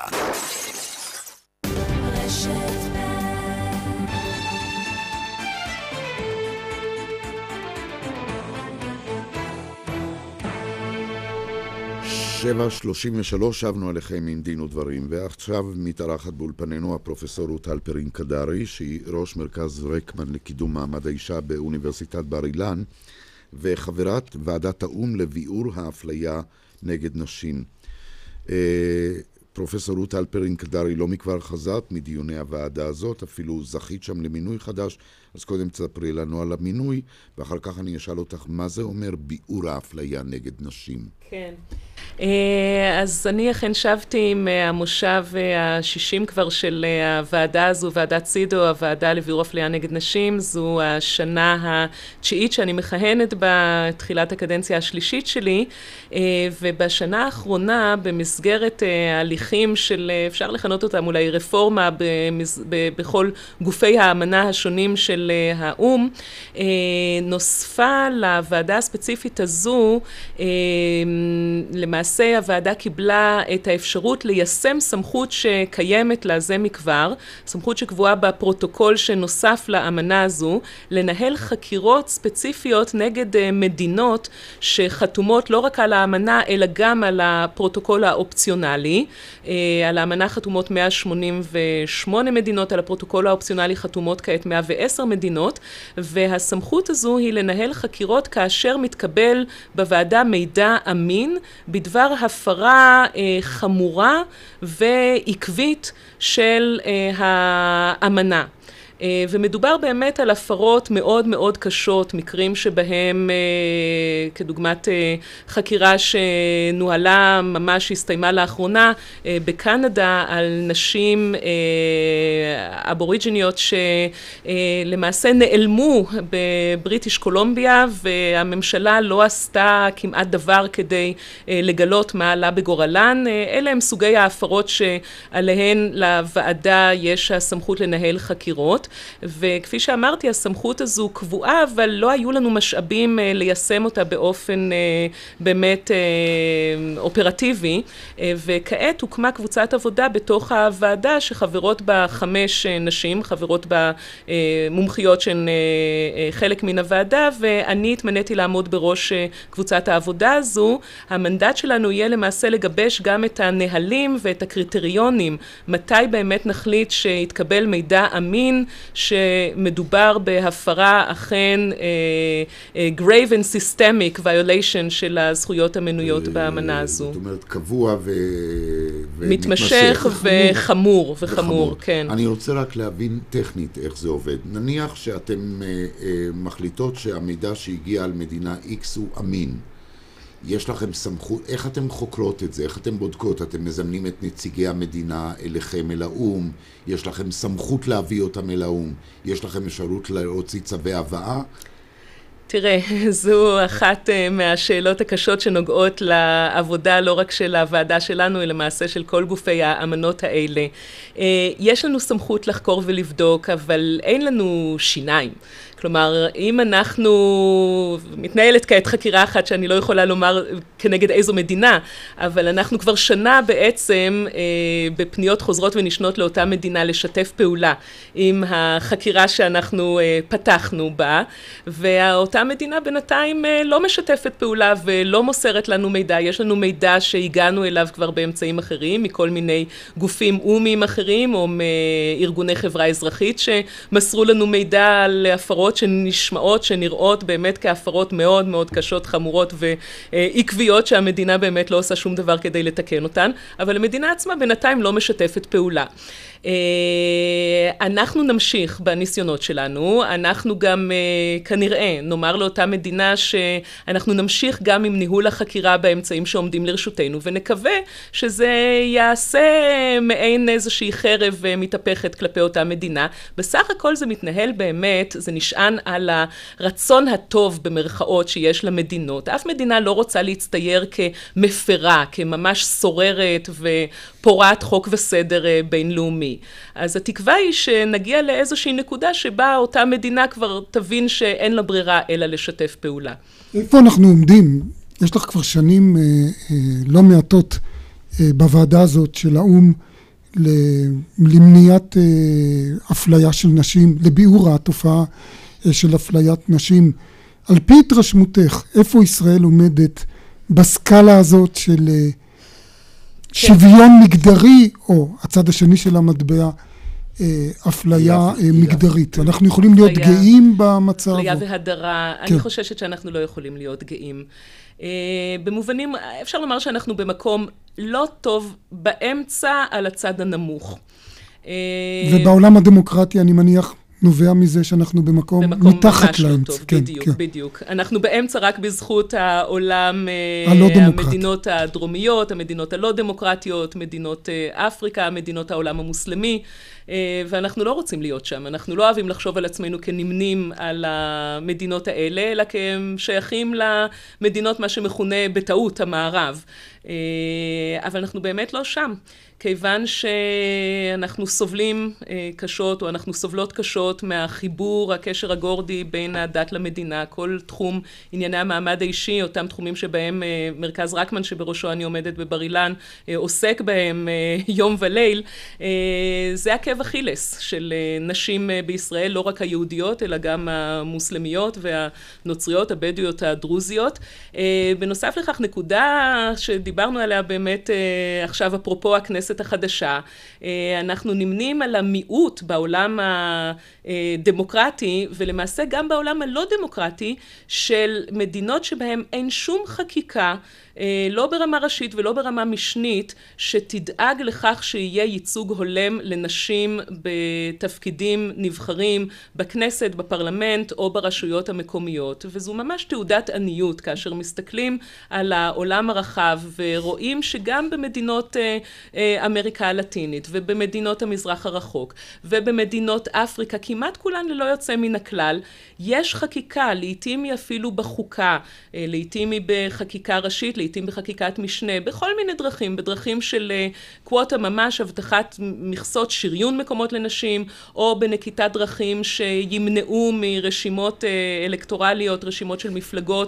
שבע שלושים ושלוש שבנו עליכם עם דין ודברים, ועכשיו מתארחת באולפנינו הפרופסור רות הלפרין קדרי, שהיא ראש מרכז רקמן לקידום מעמד האישה באוניברסיטת בר אילן, וחברת ועדת האום לביאור האפליה נגד נשים. פרופסור רות הלפרין קדרי, לא מכבר חזרת מדיוני הוועדה הזאת, אפילו זכית שם למינוי חדש, אז קודם תספרי לנו על המינוי, ואחר כך אני אשאל אותך מה זה אומר ביאור האפליה נגד נשים. כן. אז אני אכן שבתי עם המושב השישים כבר של הוועדה הזו, ועדת סידו, הוועדה לביאור אפליה נגד נשים. זו השנה התשיעית שאני מכהנת בתחילת הקדנציה השלישית שלי, ובשנה האחרונה במסגרת ההליכים של, אפשר לכנות אותם אולי רפורמה בכל גופי האמנה השונים של האום, נוספה לוועדה הספציפית הזו, למעשה הוועדה קיבלה את האפשרות ליישם סמכות שקיימת לזה מכבר, סמכות שקבועה בפרוטוקול שנוסף לאמנה הזו, לנהל חקירות ספציפיות נגד מדינות שחתומות לא רק על האמנה אלא גם על הפרוטוקול האופציונלי. על האמנה חתומות מאה שמונים ושמונה מדינות, על הפרוטוקול האופציונלי חתומות כעת מאה ועשר מדינות, והסמכות הזו היא לנהל חקירות כאשר מתקבל בוועדה מידע אמין בדבר הפרה אה, חמורה ועקבית של אה, האמנה. ומדובר באמת על הפרות מאוד מאוד קשות, מקרים שבהם, כדוגמת חקירה שנוהלה ממש הסתיימה לאחרונה בקנדה על נשים אבוריג'יניות שלמעשה נעלמו בבריטיש קולומביה, והממשלה לא עשתה כמעט דבר כדי לגלות מה עלה בגורלן. אלה הם סוגי ההפרות שעליהן לוועדה יש הסמכות לנהל חקירות, וכפי שאמרתי, הסמכות הזו קבועה, אבל לא היו לנו משאבים ליישם אותה באופן באמת אופרטיבי, וכעת הוקמה קבוצת עבודה בתוך הוועדה שחברות בה חמש נשים, חברות בה מומחיות שהן חלק מן הוועדה, ואני התמניתי לעמוד בראש קבוצת העבודה הזו. המנדט שלנו יהיה למעשה לגבש גם את הנהלים ואת הקריטריונים, מתי באמת נחליט שיתקבל מידע אמין שמדובר בהפרה אכן uh, uh, grave and systemic violation של הזכויות המנויות באמנה הזו. זאת אומרת, קבוע ו... מתמשך וחמור, וחמור, כן. אני רוצה רק להבין טכנית איך זה עובד. נניח שאתם uh, uh, מחליטות שהמידע שהגיע על מדינה X הוא אמין. יש לכם סמכות, איך אתם חוקרות את זה? איך אתם בודקות? אתם מזמנים את נציגי המדינה אליכם אל האום? יש לכם סמכות להביא אותם אל האום? יש לכם אפשרות להוציא צווי הבאה? תראה, זו אחת מהשאלות הקשות שנוגעות לעבודה לא רק של הוועדה שלנו, אלא למעשה של כל גופי האמנות האלה. יש לנו סמכות לחקור ולבדוק, אבל אין לנו שיניים. כלומר, אם אנחנו, מתנהלת כעת חקירה אחת שאני לא יכולה לומר כנגד איזו מדינה, אבל אנחנו כבר שנה בעצם אה, בפניות חוזרות ונשנות לאותה מדינה לשתף פעולה עם החקירה שאנחנו אה, פתחנו בה, ואותה מדינה בינתיים אה, לא משתפת פעולה ולא מוסרת לנו מידע. יש לנו מידע שהגענו אליו כבר באמצעים אחרים, מכל מיני גופים אומיים אחרים, או מארגוני חברה אזרחית שמסרו לנו מידע על הפרות שנשמעות, שנראות באמת כהפרות מאוד מאוד קשות, חמורות ועקביות, שהמדינה באמת לא עושה שום דבר כדי לתקן אותן, אבל המדינה עצמה בינתיים לא משתפת פעולה. אנחנו נמשיך בניסיונות שלנו, אנחנו גם כנראה נאמר לאותה מדינה שאנחנו נמשיך גם עם ניהול החקירה באמצעים שעומדים לרשותנו, ונקווה שזה יעשה מעין איזושהי חרב מתהפכת כלפי אותה מדינה. בסך הכל זה מתנהל באמת, זה נשען על הרצון הטוב במרכאות שיש למדינות. אף מדינה לא רוצה להצטייר כמפרה, כממש סוררת ופורת חוק וסדר בינלאומי. אז התקווה היא שנגיע לאיזושהי נקודה שבה אותה מדינה כבר תבין שאין לה ברירה אלא לשתף פעולה. איפה אנחנו עומדים? יש לך כבר שנים אה, אה, לא מעטות אה, בוועדה הזאת של האום למניעת אה, אפליה של נשים, לביאור התופעה אה, של אפליית נשים. על פי התרשמותך, איפה ישראל עומדת בסקאלה הזאת של אה, שוויון מגדרי, או הצד השני של המטבע, אפליה מגדרית? אנחנו יכולים להיות גאים במצב? אפליה והדרה, אני חוששת שאנחנו לא יכולים להיות גאים. במובנים, אפשר לומר שאנחנו במקום לא טוב, באמצע על הצד הנמוך. ובעולם הדמוקרטי, אני מניח, נובע מזה שאנחנו במקום, במקום מתחת לאמצע. כן, בדיוק, כן. בדיוק. אנחנו באמצע רק בזכות העולם, הלא המדינות הדרומיות, המדינות הלא דמוקרטיות, מדינות אפריקה, מדינות העולם המוסלמי, ואנחנו לא רוצים להיות שם. אנחנו לא אוהבים לחשוב על עצמנו כנמנים על המדינות האלה, אלא כהם שייכים למדינות מה שמכונה בטעות המערב. אבל אנחנו באמת לא שם. כיוון שאנחנו סובלים קשות, או אנחנו סובלות קשות מהחיבור, הקשר הגורדי בין הדת למדינה, כל תחום ענייני המעמד האישי, אותם תחומים שבהם מרכז רקמן, שבראשו אני עומדת בבר אילן, עוסק בהם יום וליל, זה עקב אכילס של נשים בישראל, לא רק היהודיות, אלא גם המוסלמיות והנוצריות, הבדואיות, הדרוזיות. בנוסף לכך, נקודה שדיבר שדיברנו עליה באמת עכשיו אפרופו הכנסת החדשה. אנחנו נמנים על המיעוט בעולם הדמוקרטי, ולמעשה גם בעולם הלא דמוקרטי, של מדינות שבהן אין שום חקיקה, לא ברמה ראשית ולא ברמה משנית, שתדאג לכך שיהיה ייצוג הולם לנשים בתפקידים נבחרים בכנסת, בפרלמנט או ברשויות המקומיות. וזו ממש תעודת עניות כאשר מסתכלים על העולם הרחב ורואים שגם במדינות אמריקה הלטינית ובמדינות המזרח הרחוק ובמדינות אפריקה, כמעט כולן ללא יוצא מן הכלל, יש חקיקה, לעתים היא אפילו בחוקה, לעתים היא בחקיקה ראשית, לעתים בחקיקת משנה, בכל מיני דרכים, בדרכים של קווטה ממש, הבטחת מכסות שריון מקומות לנשים, או בנקיטת דרכים שימנעו מרשימות אלקטורליות, רשימות של מפלגות,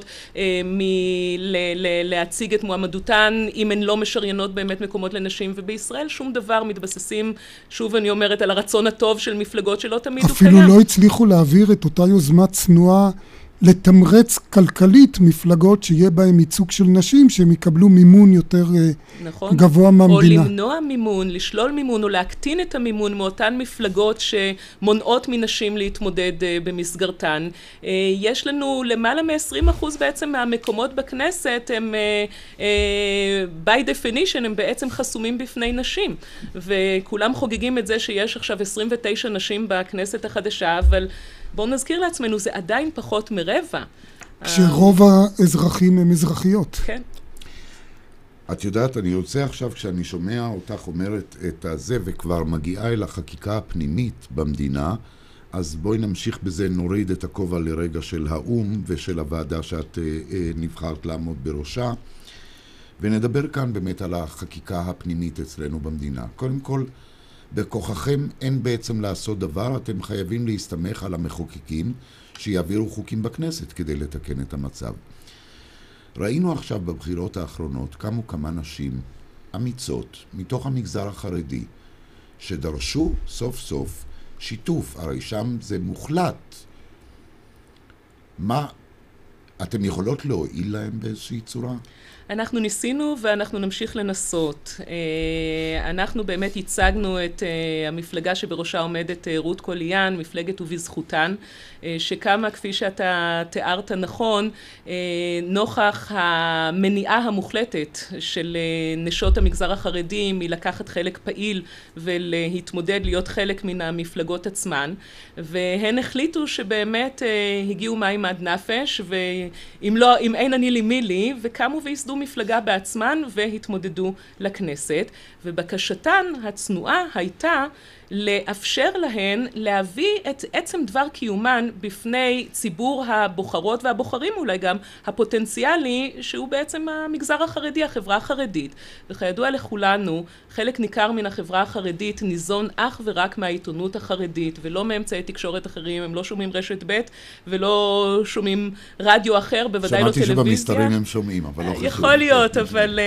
מלהציג את מועמדותן, אם הן לא משריינות באמת מקומות לנשים, ובישראל שום דבר מתבססים, שוב אני אומרת, על הרצון הטוב של מפלגות שלא תמיד הוא קיים. אפילו לא הצליחו להעביר את אותה יוזמה צנועה, לתמרץ כלכלית מפלגות שיהיה בהם ייצוג של נשים, שהם יקבלו מימון יותר נכון. גבוה מהמדינה. או למנוע מימון, לשלול מימון, או להקטין את המימון מאותן מפלגות שמונעות מנשים להתמודד במסגרתן. יש לנו למעלה מ-עשרים אחוז בעצם מהמקומות בכנסת, הם by definition, הם בעצם חסומים בפני נשים. וכולם חוגגים את זה שיש עכשיו עשרים ותשע נשים בכנסת החדשה, אבל בואו נזכיר לעצמנו, זה עדיין פחות מרבע. כשרוב האזרחים הם אזרחיות. כן. את יודעת, אני יוצא עכשיו כשאני שומע אותך אומרת את הזה, וכבר מגיעה אל החקיקה הפנימית במדינה, אז בואי נמשיך בזה, נוריד את הכובע לרגע של האום ושל הוועדה שאת אה, נבחרת לעמוד בראשה, ונדבר כאן באמת על החקיקה הפנימית אצלנו במדינה. קודם כל, בכוחכם אין בעצם לעשות דבר, אתם חייבים להסתמך על המחוקקים שיעבירו חוקים בכנסת כדי לתקן את המצב. ראינו עכשיו בבחירות האחרונות קמו כמה נשים אמיצות מתוך המגזר החרדי שדרשו סוף סוף שיתוף, הרי שם זה מוחלט. מה, אתם יכולות להועיל להם באיזושהי צורה? אנחנו ניסינו ואנחנו נמשיך לנסות. אנחנו באמת ייצגנו את המפלגה שבראשה עומדת רות קוליאן, מפלגת ובזכותן, שקמה כפי שאתה תיארת נכון, נוכח המניעה המוחלטת של נשות המגזר החרדי מלקחת חלק פעיל ולהתמודד להיות חלק מן המפלגות עצמן, והן החליטו שבאמת הגיעו מים עד נפש, ואם לא, אם אין אני לי מי לי, וקמו והסדו מפלגה בעצמן והתמודדו לכנסת, ובקשתן הצנועה הייתה לאפשר להן להביא את עצם דבר קיומן בפני ציבור הבוחרות והבוחרים, אולי גם הפוטנציאלי, שהוא בעצם המגזר החרדי, החברה החרדית. וכידוע לכולנו, חלק ניכר מן החברה החרדית ניזון אך ורק מהעיתונות החרדית, ולא מאמצעי תקשורת אחרים. הם לא שומעים רשת ב' ולא שומעים רדיו אחר, בוודאי לא טלוויזיה. שמעתי שבמסתרים הם שומעים, אבל לא חשוב. יכול להיות, אבל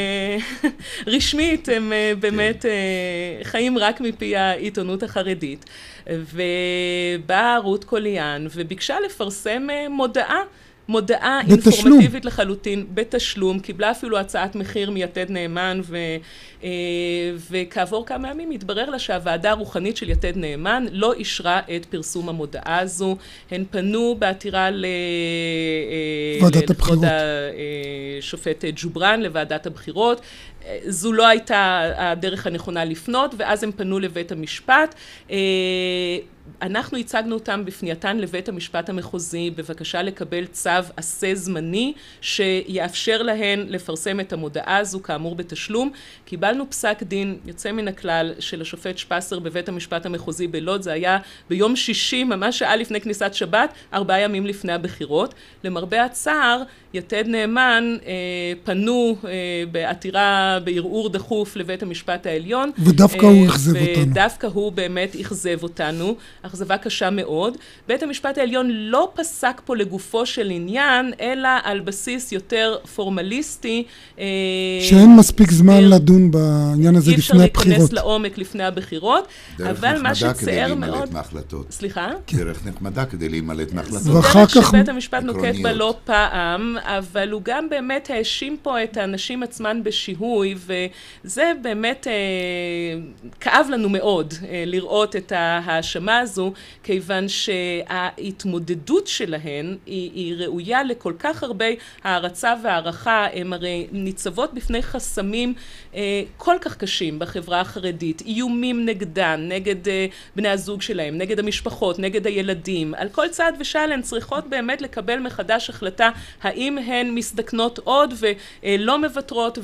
רשמית הם באמת חיים רק מפי העיתונות החרדית. ובאה רות קוליאן וביקשה לפרסם מודעה, מודעה אינפורמטיבית לחלוטין, בתשלום, קיבלה אפילו הצעת מחיר מיתד נאמן, ו, וכעבור כמה ימים התברר לה שהוועדה הרוחנית של יתד נאמן לא אישרה את פרסום המודעה הזו. הן פנו בעתירה לכבוד השופט ג'וברן, לוועדת הבחירות. זו לא הייתה הדרך הנכונה לפנות, ואז הם פנו לבית המשפט. אנחנו הצגנו אותם בפנייתן לבית המשפט המחוזי בבקשה לקבל צו עשה זמני שיאפשר להן לפרסם את המודעה הזו כאמור בתשלום. קיבלנו פסק דין יוצא מן הכלל של השופט שפסר בבית המשפט המחוזי בלוד. זה היה ביום שישי, ממש שעה לפני כניסת שבת, ארבעה ימים לפני הבחירות. למרבה הצער, יתד נאמן אה, פנו אה, בעתירה הגישה בערעור דחוף לבית המשפט העליון. ודווקא הוא אכזב אותנו. ודווקא הוא באמת אכזב אותנו, אכזבה קשה מאוד. בית המשפט העליון לא פסק פה לגופו של עניין, אלא על בסיס יותר פורמליסטי. שאין מספיק זמן לדון בעניין הזה לפני הבחירות. אי אפשר להיכנס לעומק לפני הבחירות, אבל מה שצער מאוד... סליחה? דרך נחמדה כדי להימלט מהחלטות. זו דרך שבית המשפט נוקט בה לא פעם, אבל הוא גם באמת האשים פה את האנשים עצמן בשיהוי, וזה באמת כאב לנו מאוד לראות את ההאשמה הזו, כיוון שההתמודדות שלהן היא, היא ראויה לכל כך הרבה הערצה והערכה. הם הרי ניצבות בפני חסמים כל כך קשים בחברה החרדית, איומים נגדן, נגד בני הזוג שלהם, נגד המשפחות, נגד הילדים. על כל צעד ושעל הן צריכות באמת לקבל מחדש החלטה האם הן מסתכנות עוד ולא מוותרות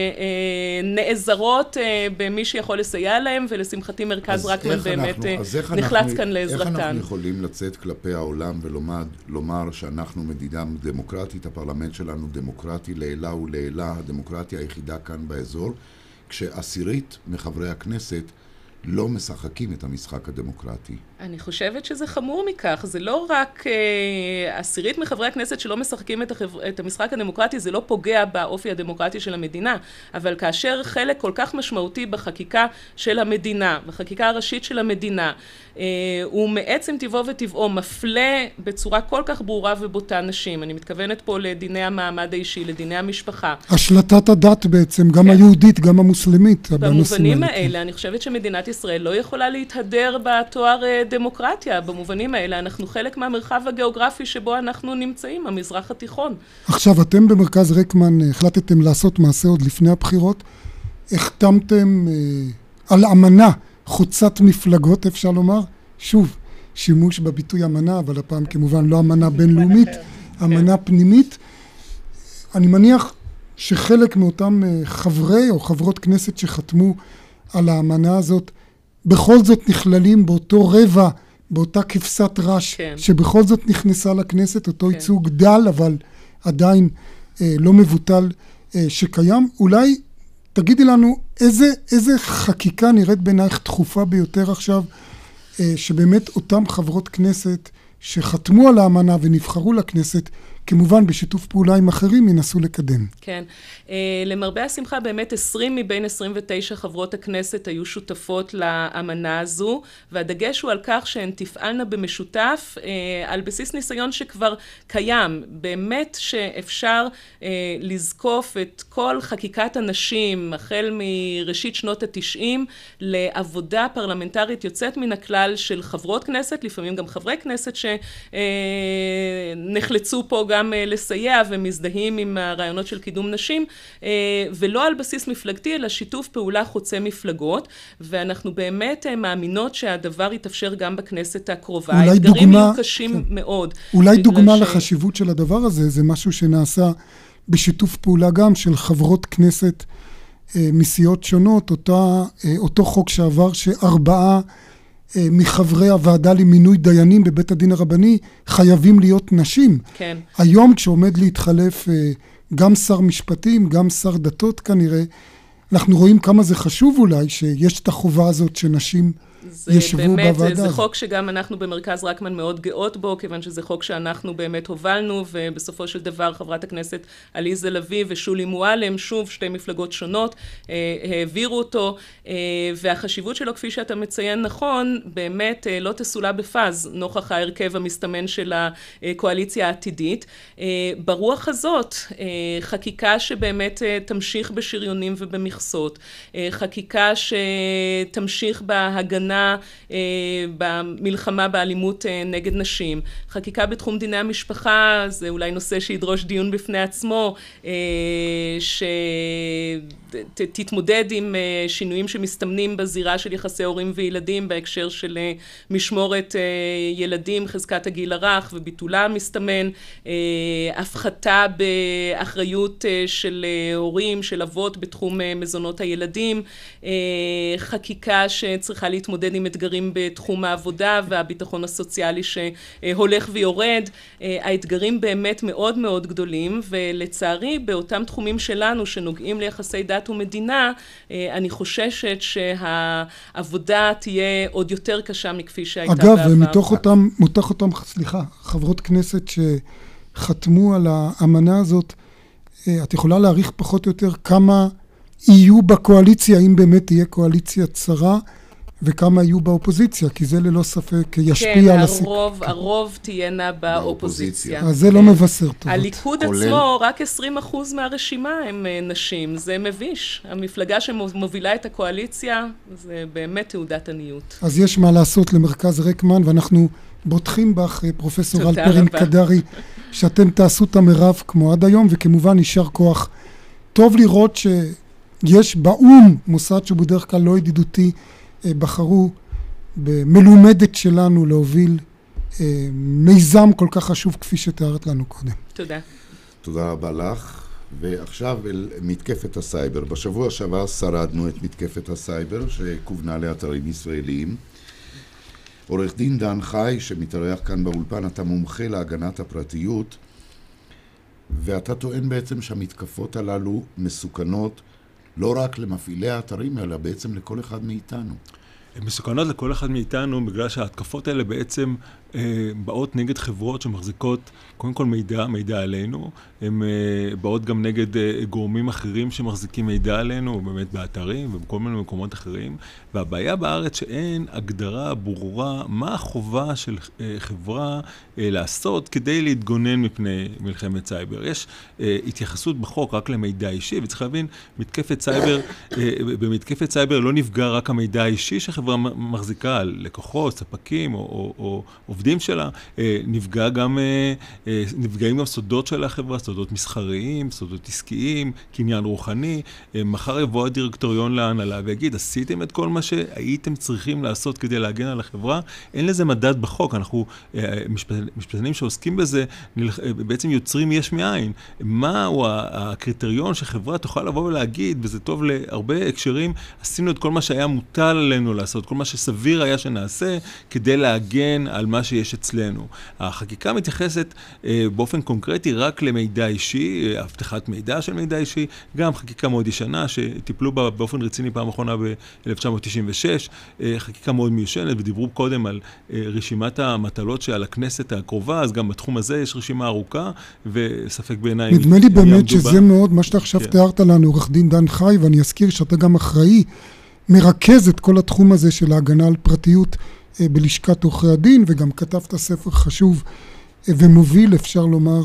ונעזרות במי שיכול לסייע להם, ולשמחתי מרכז רקמן באמת נחלץ כאן לעזרתן. איך אנחנו יכולים לצאת כלפי העולם ולומר שאנחנו מדינה דמוקרטית, הפרלמנט שלנו דמוקרטי לעילה ולעילה, הדמוקרטיה היחידה כאן באזור, כשעשירית מחברי הכנסת לא משחקים את המשחק הדמוקרטי? אני חושבת שזה חמור מכך. זה לא רק אה, עשירית מחברי הכנסת שלא משחקים את, החבר... את המשחק הדמוקרטי, זה לא פוגע באופי הדמוקרטי של המדינה, אבל כאשר חלק כל כך משמעותי בחקיקה של המדינה, בחקיקה הראשית של המדינה, אה, הוא מעצם טבעו וטבעו מפלה בצורה כל כך ברורה ובוטה נשים. אני מתכוונת פה לדיני המעמד האישי, לדיני המשפחה. השלטת הדת בעצם, גם כן. היהודית, גם המוסלמית. במובנים האלה, אני חושבת שמדינת ישראל לא יכולה להתהדר בתואר דמוקרטיה. במובנים האלה אנחנו חלק מהמרחב הגיאוגרפי שבו אנחנו נמצאים, המזרח התיכון. עכשיו, אתם במרכז רקמן החלטתם לעשות מעשה עוד לפני הבחירות. החתמתם אה, על אמנה חוצת מפלגות, אפשר לומר. שוב, שימוש בביטוי אמנה, אבל הפעם כמובן לא אמנה בינלאומית, אמנה פנימית. אני מניח שחלק מאותם חברי או חברות כנסת שחתמו על האמנה הזאת, בכל זאת נכללים באותו רבע, באותה כבשת רש, כן. שבכל זאת נכנסה לכנסת, אותו כן. ייצוג דל, אבל עדיין אה, לא מבוטל אה, שקיים. אולי תגידי לנו איזה, איזה חקיקה נראית בעינייך דחופה ביותר עכשיו, אה, שבאמת אותם חברות כנסת שחתמו על האמנה ונבחרו לכנסת, כמובן בשיתוף פעולה עם אחרים ינסו לקדם. כן. למרבה השמחה באמת עשרים מבין עשרים ותשע חברות הכנסת היו שותפות לאמנה הזו, והדגש הוא על כך שהן תפעלנה במשותף על בסיס ניסיון שכבר קיים. באמת שאפשר לזקוף את כל חקיקת הנשים החל מראשית שנות התשעים לעבודה פרלמנטרית יוצאת מן הכלל של חברות כנסת, לפעמים גם חברי כנסת שנחלצו פה גם גם לסייע ומזדהים עם הרעיונות של קידום נשים, ולא על בסיס מפלגתי, אלא שיתוף פעולה חוצה מפלגות, ואנחנו באמת מאמינות שהדבר יתאפשר גם בכנסת הקרובה. האתגרים יהיו קשים כן. מאוד. אולי דוגמה ש... לחשיבות של הדבר הזה, זה משהו שנעשה בשיתוף פעולה גם של חברות כנסת מסיעות שונות, אותה, אותו חוק שעבר שארבעה מחברי הוועדה למינוי דיינים בבית הדין הרבני חייבים להיות נשים. כן. היום כשעומד להתחלף גם שר משפטים, גם שר דתות כנראה, אנחנו רואים כמה זה חשוב אולי שיש את החובה הזאת שנשים ישבו באמת, בוועדה. זה חוק שגם אנחנו במרכז רקמן מאוד גאות בו, כיוון שזה חוק שאנחנו באמת הובלנו, ובסופו של דבר חברת הכנסת עליזה לביא ושולי מועלם, שוב שתי מפלגות שונות, העבירו אותו, והחשיבות שלו, כפי שאתה מציין נכון, באמת לא תסולה בפז, נוכח ההרכב המסתמן של הקואליציה העתידית. ברוח הזאת, חקיקה שבאמת תמשיך בשריונים ובמכסות, חקיקה שתמשיך בהגנה במלחמה באלימות נגד נשים, חקיקה בתחום דיני המשפחה, זה אולי נושא שידרוש דיון בפני עצמו, שתתמודד עם שינויים שמסתמנים בזירה של יחסי הורים וילדים בהקשר של משמורת ילדים, חזקת הגיל הרך וביטולה מסתמן, הפחתה באחריות של הורים, של אבות בתחום מזונות הילדים, חקיקה שצריכה להתמודד להתמודד עם אתגרים בתחום העבודה והביטחון הסוציאלי שהולך ויורד. האתגרים באמת מאוד מאוד גדולים, ולצערי באותם תחומים שלנו שנוגעים ליחסי דת ומדינה, אני חוששת שהעבודה תהיה עוד יותר קשה מכפי שהייתה אגב, בעבר. אגב, מתוך אותם, מתוך אותם, סליחה, חברות כנסת שחתמו על האמנה הזאת, את יכולה להעריך פחות או יותר כמה יהיו בקואליציה, אם באמת תהיה קואליציה צרה, וכמה יהיו באופוזיציה, כי זה ללא ספק ישפיע כן, על הסיכוי. כן, הרוב, הרוב תהיינה באופוזיציה. אז זה לא מבשר טוב. הליכוד עצמו, רק עשרים אחוז מהרשימה הם נשים, זה מביש. המפלגה שמובילה את הקואליציה, זה באמת תעודת עניות. אז יש מה לעשות למרכז רקמן, ואנחנו בוטחים בך, פרופסור אלפרין קדרי, שאתם תעשו את המרב כמו עד היום, וכמובן יישר כוח. טוב לראות שיש באום מוסד שבדרך כלל לא ידידותי, בחרו במלומדת שלנו להוביל מיזם כל כך חשוב כפי שתיארת לנו קודם. תודה. תודה רבה לך. ועכשיו אל מתקפת הסייבר. בשבוע שעבר שרדנו את מתקפת הסייבר שכוונה לאתרים ישראליים. עורך דין דן חי שמתארח כאן באולפן, אתה מומחה להגנת הפרטיות, ואתה טוען בעצם שהמתקפות הללו מסוכנות לא רק למפעילי האתרים, אלא בעצם לכל אחד מאיתנו. הן מסוכנות לכל אחד מאיתנו, בגלל שההתקפות האלה בעצם אה, באות נגד חברות שמחזיקות קודם כל מידע, מידע עלינו. הן אה, באות גם נגד אה, גורמים אחרים שמחזיקים מידע עלינו, באמת באתרים ובכל מיני מקומות אחרים. והבעיה בארץ שאין הגדרה ברורה מה החובה של אה, חברה אה, לעשות כדי להתגונן מפני מלחמת סייבר. יש אה, התייחסות בחוק רק למידע אישי, וצריך להבין, מתקפת סייבר, אה, במתקפת סייבר לא נפגע רק המידע האישי שחברה מחזיקה על לקוחות, ספקים או, או, או עובדים שלה, אה, נפגע גם, אה, אה, נפגעים גם סודות של החברה, סודות מסחריים, סודות עסקיים, קניין רוחני. אה, מחר יבוא הדירקטוריון להנהלה ויגיד, עשיתם את כל מה שהייתם צריכים לעשות כדי להגן על החברה. אין לזה מדד בחוק. אנחנו, אה, משפטנים שעוסקים בזה, נלח, אה, בעצם יוצרים יש מאין. מהו הקריטריון שחברה תוכל לבוא ולהגיד, וזה טוב להרבה הקשרים, עשינו את כל מה שהיה מוטל עלינו לעשות, כל מה שסביר היה שנעשה כדי להגן על מה שיש אצלנו. החקיקה מתייחסת אה, באופן קונקרטי רק למידע אישי, אה, הבטחת מידע של מידע אישי, גם חקיקה מאוד ישנה שטיפלו בה באופן רציני פעם אחרונה ב-אלף תשע מאות תשעים ושש, אה, חקיקה מאוד מיושנת, ודיברו קודם על אה, רשימת המטלות שעל הכנסת הקרובה, אז גם בתחום הזה יש רשימה ארוכה, וספק בעיניי... נדמה לי באמת שזה מאוד, מה שאתה עכשיו תיארת לנו, עורך דין דן חי, ואני אזכיר שאתה גם אחראי, מרכז את כל התחום הזה של ההגנה על פרטיות בלשכת עורכי הדין, וגם כתבת ספר חשוב ומוביל, אפשר לומר,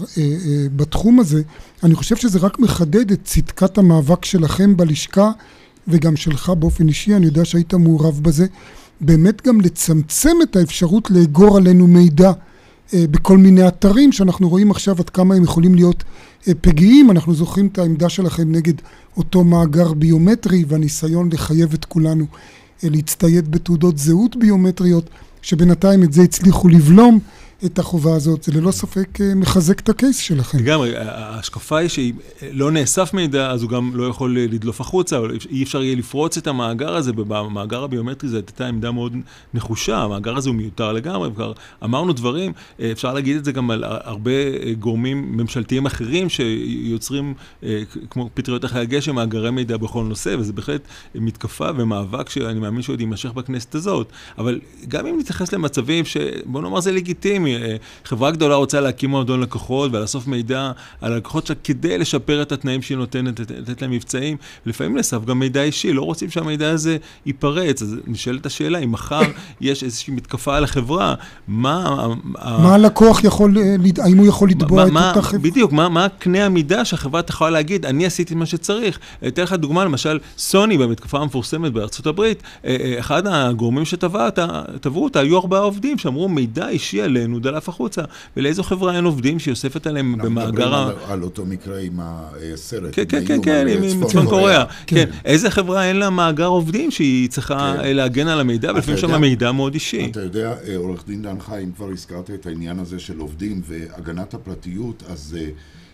בתחום הזה. אני חושב שזה רק מחדד את צדקת המאבק שלכם בלשכה, וגם שלך באופן אישי, אני יודע שהיית מעורב בזה, באמת גם לצמצם את האפשרות לאגור עלינו מידע בכל מיני אתרים, שאנחנו רואים עכשיו עד כמה הם יכולים להיות פגיעים. אנחנו זוכרים את העמדה שלכם נגד אותו מאגר ביומטרי, והניסיון לחייב את כולנו להצטייד בתעודות זהות ביומטריות, שבינתיים את זה הצליחו לבלום את החובה הזאת. זה ללא ספק מחזק את הקייס שלכם. לגמרי, ההשקפה היא שאם לא נאסף מידע, אז הוא גם לא יכול לדלוף החוצה, אי אפשר יהיה לפרוץ את המאגר הזה, במאגר הביומטרי זה הייתה עמדה מאוד נחושה, המאגר הזה הוא מיותר לגמרי, וכבר אמרנו דברים, אפשר להגיד את זה גם על הרבה גורמים ממשלתיים אחרים, שיוצרים, כמו פטריות אחרי הגשם, מאגרי מידע בכל נושא, וזה בהחלט מתקפה ומאבק שאני מאמין שעוד יימשך בכנסת הזאת. אבל גם אם נתייחס למצבים שבוא נאמר זה לגיטימי, חברה גדולה רוצה להקים מועדון לקוחות ולאסוף מידע על הלקוחות שלה כדי לשפר את התנאים שהיא נותנת, לתת להם מבצעים, לפעמים לאסוף גם מידע אישי, לא רוצים שהמידע הזה ייפרץ. אז נשאלת השאלה, אם מחר יש איזושהי מתקפה על החברה, מה... מה הלקוח יכול, האם הוא יכול לתבוע את אותה חברה? בדיוק, מה קנה המידע שהחברה תוכל להגיד, אני עשיתי מה שצריך. אתן לך דוגמה, למשל, סוני במתקפה המפורסמת בארצות הברית, אחד הגורמים שטבעו אותה, היו ארבעה עובדים שאמרו מידע אישי עלינו דלף החוצה, ולאיזו חברה אין עובדים שיוספת עליהם במאגר... אנחנו מדברים על אותו מקרה עם הסרט. כן, כן, כן, כן, עם צפון קוריאה. כן, איזה חברה אין לה מאגר עובדים שהיא צריכה להגן על המידע, ולפעמים שם המידע מאוד אישי. אתה יודע, עורך דין דן חי, אם כבר הזכרת את העניין הזה של עובדים והגנת הפרטיות, אז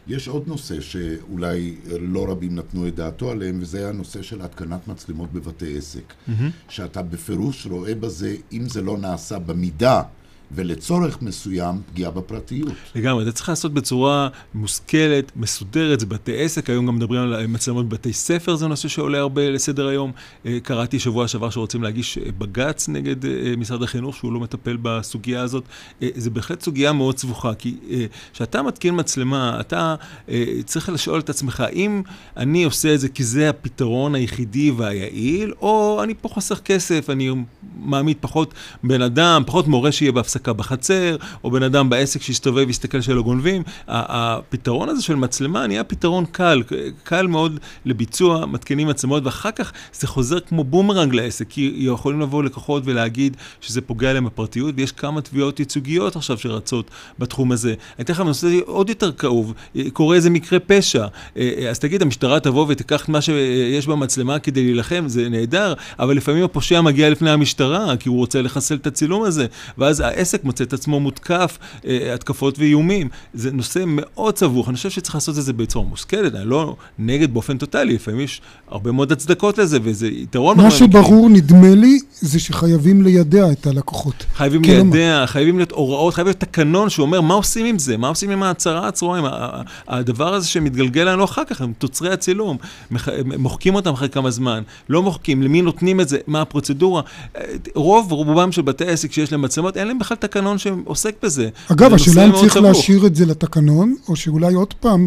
יש עוד נושא שאולי לא רבים נתנו את דעתו עליהם, וזה הנושא של התקנת מצלמות בבתי עסק. Mm-hmm. שאתה בפירוש רואה בזה, אם זה לא נעשה במידה, ולצורך מסוים פגיעה בפרטיות. לגמרי, אתה צריך לעשות בצורה מושכלת, מסודרת, זה בתי עסק, היום גם מדברים על מצלמות בבתי ספר, זה נושא שעולה הרבה לסדר היום. קראתי שבוע שעבר שרוצים להגיש בגץ נגד משרד החינוך, שהוא לא מטפל בסוגיה הזאת. זה בהחלט סוגיה מאוד סבוכה, כי כשאתה מתקין מצלמה, אתה צריך לשאול את עצמך, אם אני עושה את זה כי זה הפתרון היחידי והיעיל, או אני פה חוסך כסף, אני מעמיד פחות בן אדם, פחות מורה שיהיה בהפסקה, בחצר, או בן אדם בעסק שיסתובב ויסתכל שלא גונבים. הפתרון הזה של מצלמה נהיה פתרון קל, קל מאוד לביצוע, מתקינים מצלמות, ואחר כך זה חוזר כמו בומרנג לעסק, כי יכולים לבוא לקוחות ולהגיד שזה פוגע להם בפרטיות, ויש כמה תביעות ייצוגיות עכשיו שרצות בתחום הזה. אני אתן לך נושא עוד יותר כאוב, קורה איזה מקרה פשע, אז תגיד, המשטרה תבוא ותיקח מה שיש במצלמה כדי להילחם, זה נהדר, אבל לפעמים הפושע מגיע לפני המשטרה, כי הוא רוצה לחסל את הצילום הזה, ואז העסק מוצא את עצמו מותקף, אה, התקפות ואיומים. זה נושא מאוד סבוך. אני חושב שצריך לעשות את זה בצורה מושכלת. אני לא נגד באופן טוטלי. לפעמים יש הרבה מאוד הצדקות לזה, וזה יתרון. מה שברור, נדמה לי, זה שחייבים לידע את הלקוחות. חייבים לידע, חייבים להיות הוראות, חייבים להיות תקנון שאומר מה עושים עם זה, מה עושים עם ההצהרה הצרועה, עם הדבר הזה שמתגלגל לנו אחר כך, הם תוצרי הצילום, מוחקים אותם אחרי כמה זמן, לא מוחקים, למי נותנים את זה, מה הפרוצדורה. רוב, רובם של בתי עסק שיש להם מצלמות, אין להם בכלל תקנון שעוסק בזה. אגב, השאלה אם צריך להשאיר את זה לתקנון, או שאולי עוד פעם,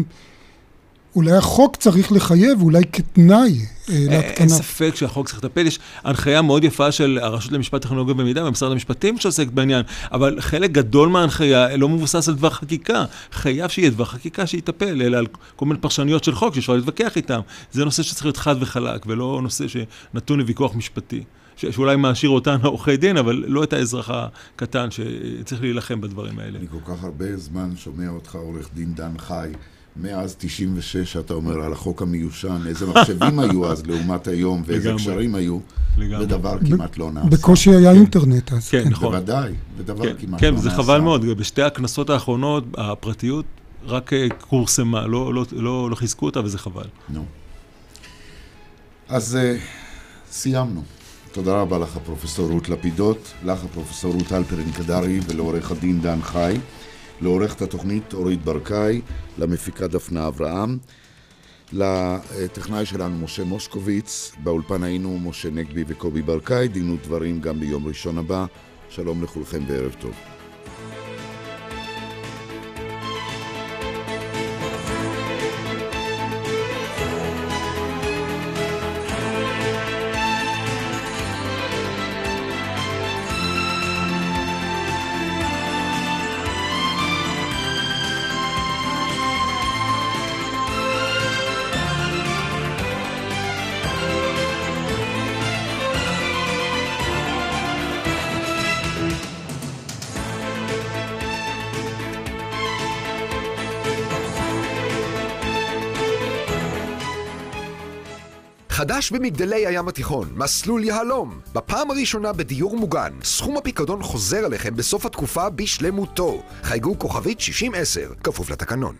אולי החוק צריך לחייב, אולי כתנאי להתקנה. אין ספק שהחוק צריך לטפל. יש הנחיה מאוד יפה של הרשות למשפט טכנולוגיה ומידע, במשרד המשפטים שעוסק בעניין, אבל חלק גדול מההנחיה לא מבוסס על דבר חקיקה. חייב שיהיה דבר חקיקה שיטפל, אלא על כל מיני פרשניות של חוק שאפשר להתווכח איתם. זה נושא שצריך להיות חד וחלק, ולא נושא שנתון לוויכוח משפטי. שאולי מעשיר אותנו עורכי דין, אבל לא את האזרח הקטן שצריך להילחם בדברים האלה. אני כל כך הרבה זמן שומע אותך, עורך דין דן חי, מאז תשעים ושש, אתה אומר, על החוק המיושן, איזה מחשבים היו אז לעומת היום, ואיזה קשרים היו, ודבר כמעט לא נעשה. בקושי היה אינטרנט אז. כן, נכון. בוודאי, ודבר כמעט לא נעשה. כן, זה חבל מאוד. בשתי הכנסות האחרונות, הפרטיות רק קורסמה, לא חיזקו אותה, וזה חבל. נו. אז סיימנו. תודה רבה לך, פרופסור רות לפידות, לך, פרופסור רות אלפרין קדרי, ולעורך הדין דן חי, לעורכת התוכנית אורית ברקאי, למפיקה דפנה אברהם, לטכנאי שלנו משה מושקוביץ, באולפן היינו משה נגבי וקובי ברקאי, דין ודברים גם ביום ראשון הבא. שלום לכולכם וערב טוב. חדש במגדלי הים התיכון, מסלול יהלום. בפעם הראשונה בדיור מוגן, סכום הפיקדון חוזר אליכם בסוף התקופה בשלמותו. חייגו כוכבית שישים עשר, כפוף לתקנון.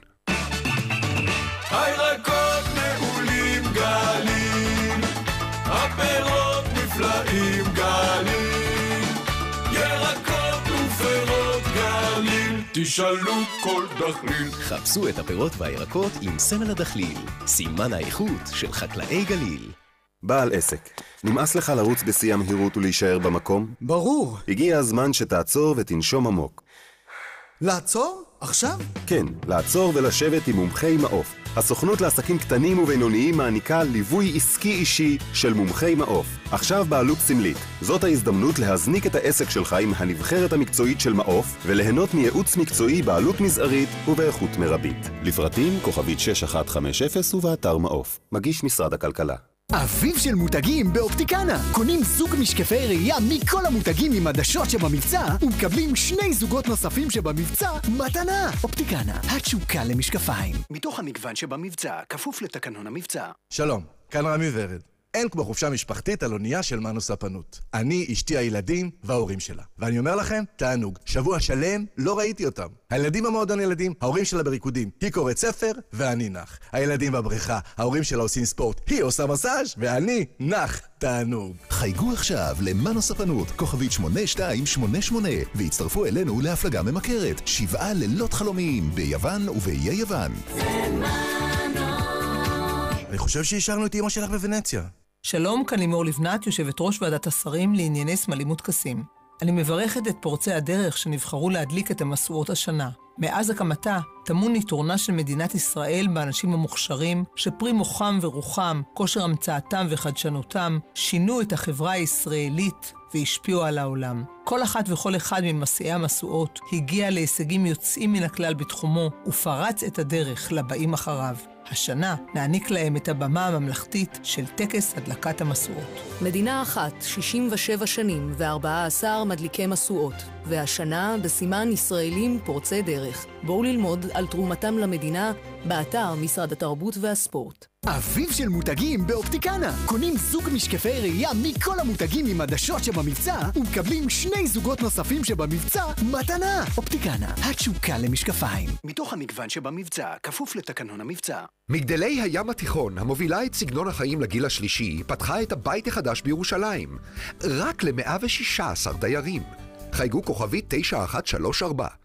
הירקות מעולים גליל, הפירות נפלאים גליל, ירקות ופירות גליל, תשאלו כל דחליל. חפשו את הפירות והירקות עם סמל הדחליל, סימן האיכות של חקלאי גליל. בעל עסק, נמאס לך לרוץ בשיא המהירות ולהישאר במקום? ברור. הגיע הזמן שתעצור ותנשום עמוק. לעצור? עכשיו? כן, לעצור ולשבת עם מומחי מעוף. הסוכנות לעסקים קטנים ובינוניים מעניקה ליווי עסקי אישי של מומחי מעוף. עכשיו בעלות סמלית. זאת ההזדמנות להזניק את העסק שלך עם הנבחרת המקצועית של מעוף, וליהנות מייעוץ מקצועי בעלות מזערית ובאיכות מרבית. לפרטים כוכבית שש אחת חמש אפס ובאתר מעוף. מגיש משרד הכלכלה. אביב של מותגים באופטיקנה. קונים זוג משקפי ראייה מכל המותגים עם עדשות שבמבצע, ומקבלים שני זוגות נוספים שבמבצע מתנה. אופטיקנה, התשוקה למשקפיים. מתוך המגוון שבמבצע, כפוף לתקנון המבצע. שלום, כאן רמי ורד. אין כמו חופשה משפחתית על אונייה של מנו ספנות. אני, אשתי, הילדים וההורים שלה. ואני אומר לכם, תענוג. שבוע שלם לא ראיתי אותם. הילדים במועדון ילדים, ההורים שלה בריקודים. היא קוראת ספר ואני נח. הילדים בבריכה, ההורים שלה עושים ספורט. היא עושה מסאז' ואני נח. תענוג. חייגו עכשיו למנו ספנות, כוכבית שמונה שתיים שמונה שמונה, והצטרפו אלינו להפלגה ממכרת. שבעה לילות חלומיים ביוון ובאיי יוון. אני חושב שהשארנו את אמא שלך בוונציה. שלום, כאן לימור לבנת, יושבת ראש ועדת השרים לענייני סמלים מודקסים. אני מברכת את פורצי הדרך שנבחרו להדליק את המשואות השנה. מאז הקמתה טמון יתרונה של מדינת ישראל באנשים המוכשרים, שפרי מוחם ורוחם, כושר המצאתם וחדשנותם, שינו את החברה הישראלית והשפיעו על העולם. כל אחת וכל אחד ממסעי המשואות הגיע להישגים יוצאים מן הכלל בתחומו, ופרץ את הדרך לבאים אחריו. השנה נעניק להם את הבמה הממלכתית של טקס הדלקת המשואות. מדינה אחת, שישים ושבע שנים ו-ארבעה עשר מדליקי משואות, והשנה בסימן ישראלים פורצי דרך. בואו ללמוד על תרומתם למדינה באתר משרד התרבות והספורט. אביב של מותגים באופטיקנה. קונים זוג משקפי ראייה מכל המותגים עם עדשות שבמבצע, ומקבלים שני זוגות נוספים שבמבצע מתנה. אופטיקנה, התשוקה למשקפיים. מתוך המגוון שבמבצע, כפוף לתקנון המבצע. מגדלי הים התיכון, המובילה את סגנון החיים לגיל השלישי, פתחה את הבית החדש בירושלים. רק ל-מאה ושישה עשר דיירים. חייגו כוכבית תשע אחת שלוש ארבע.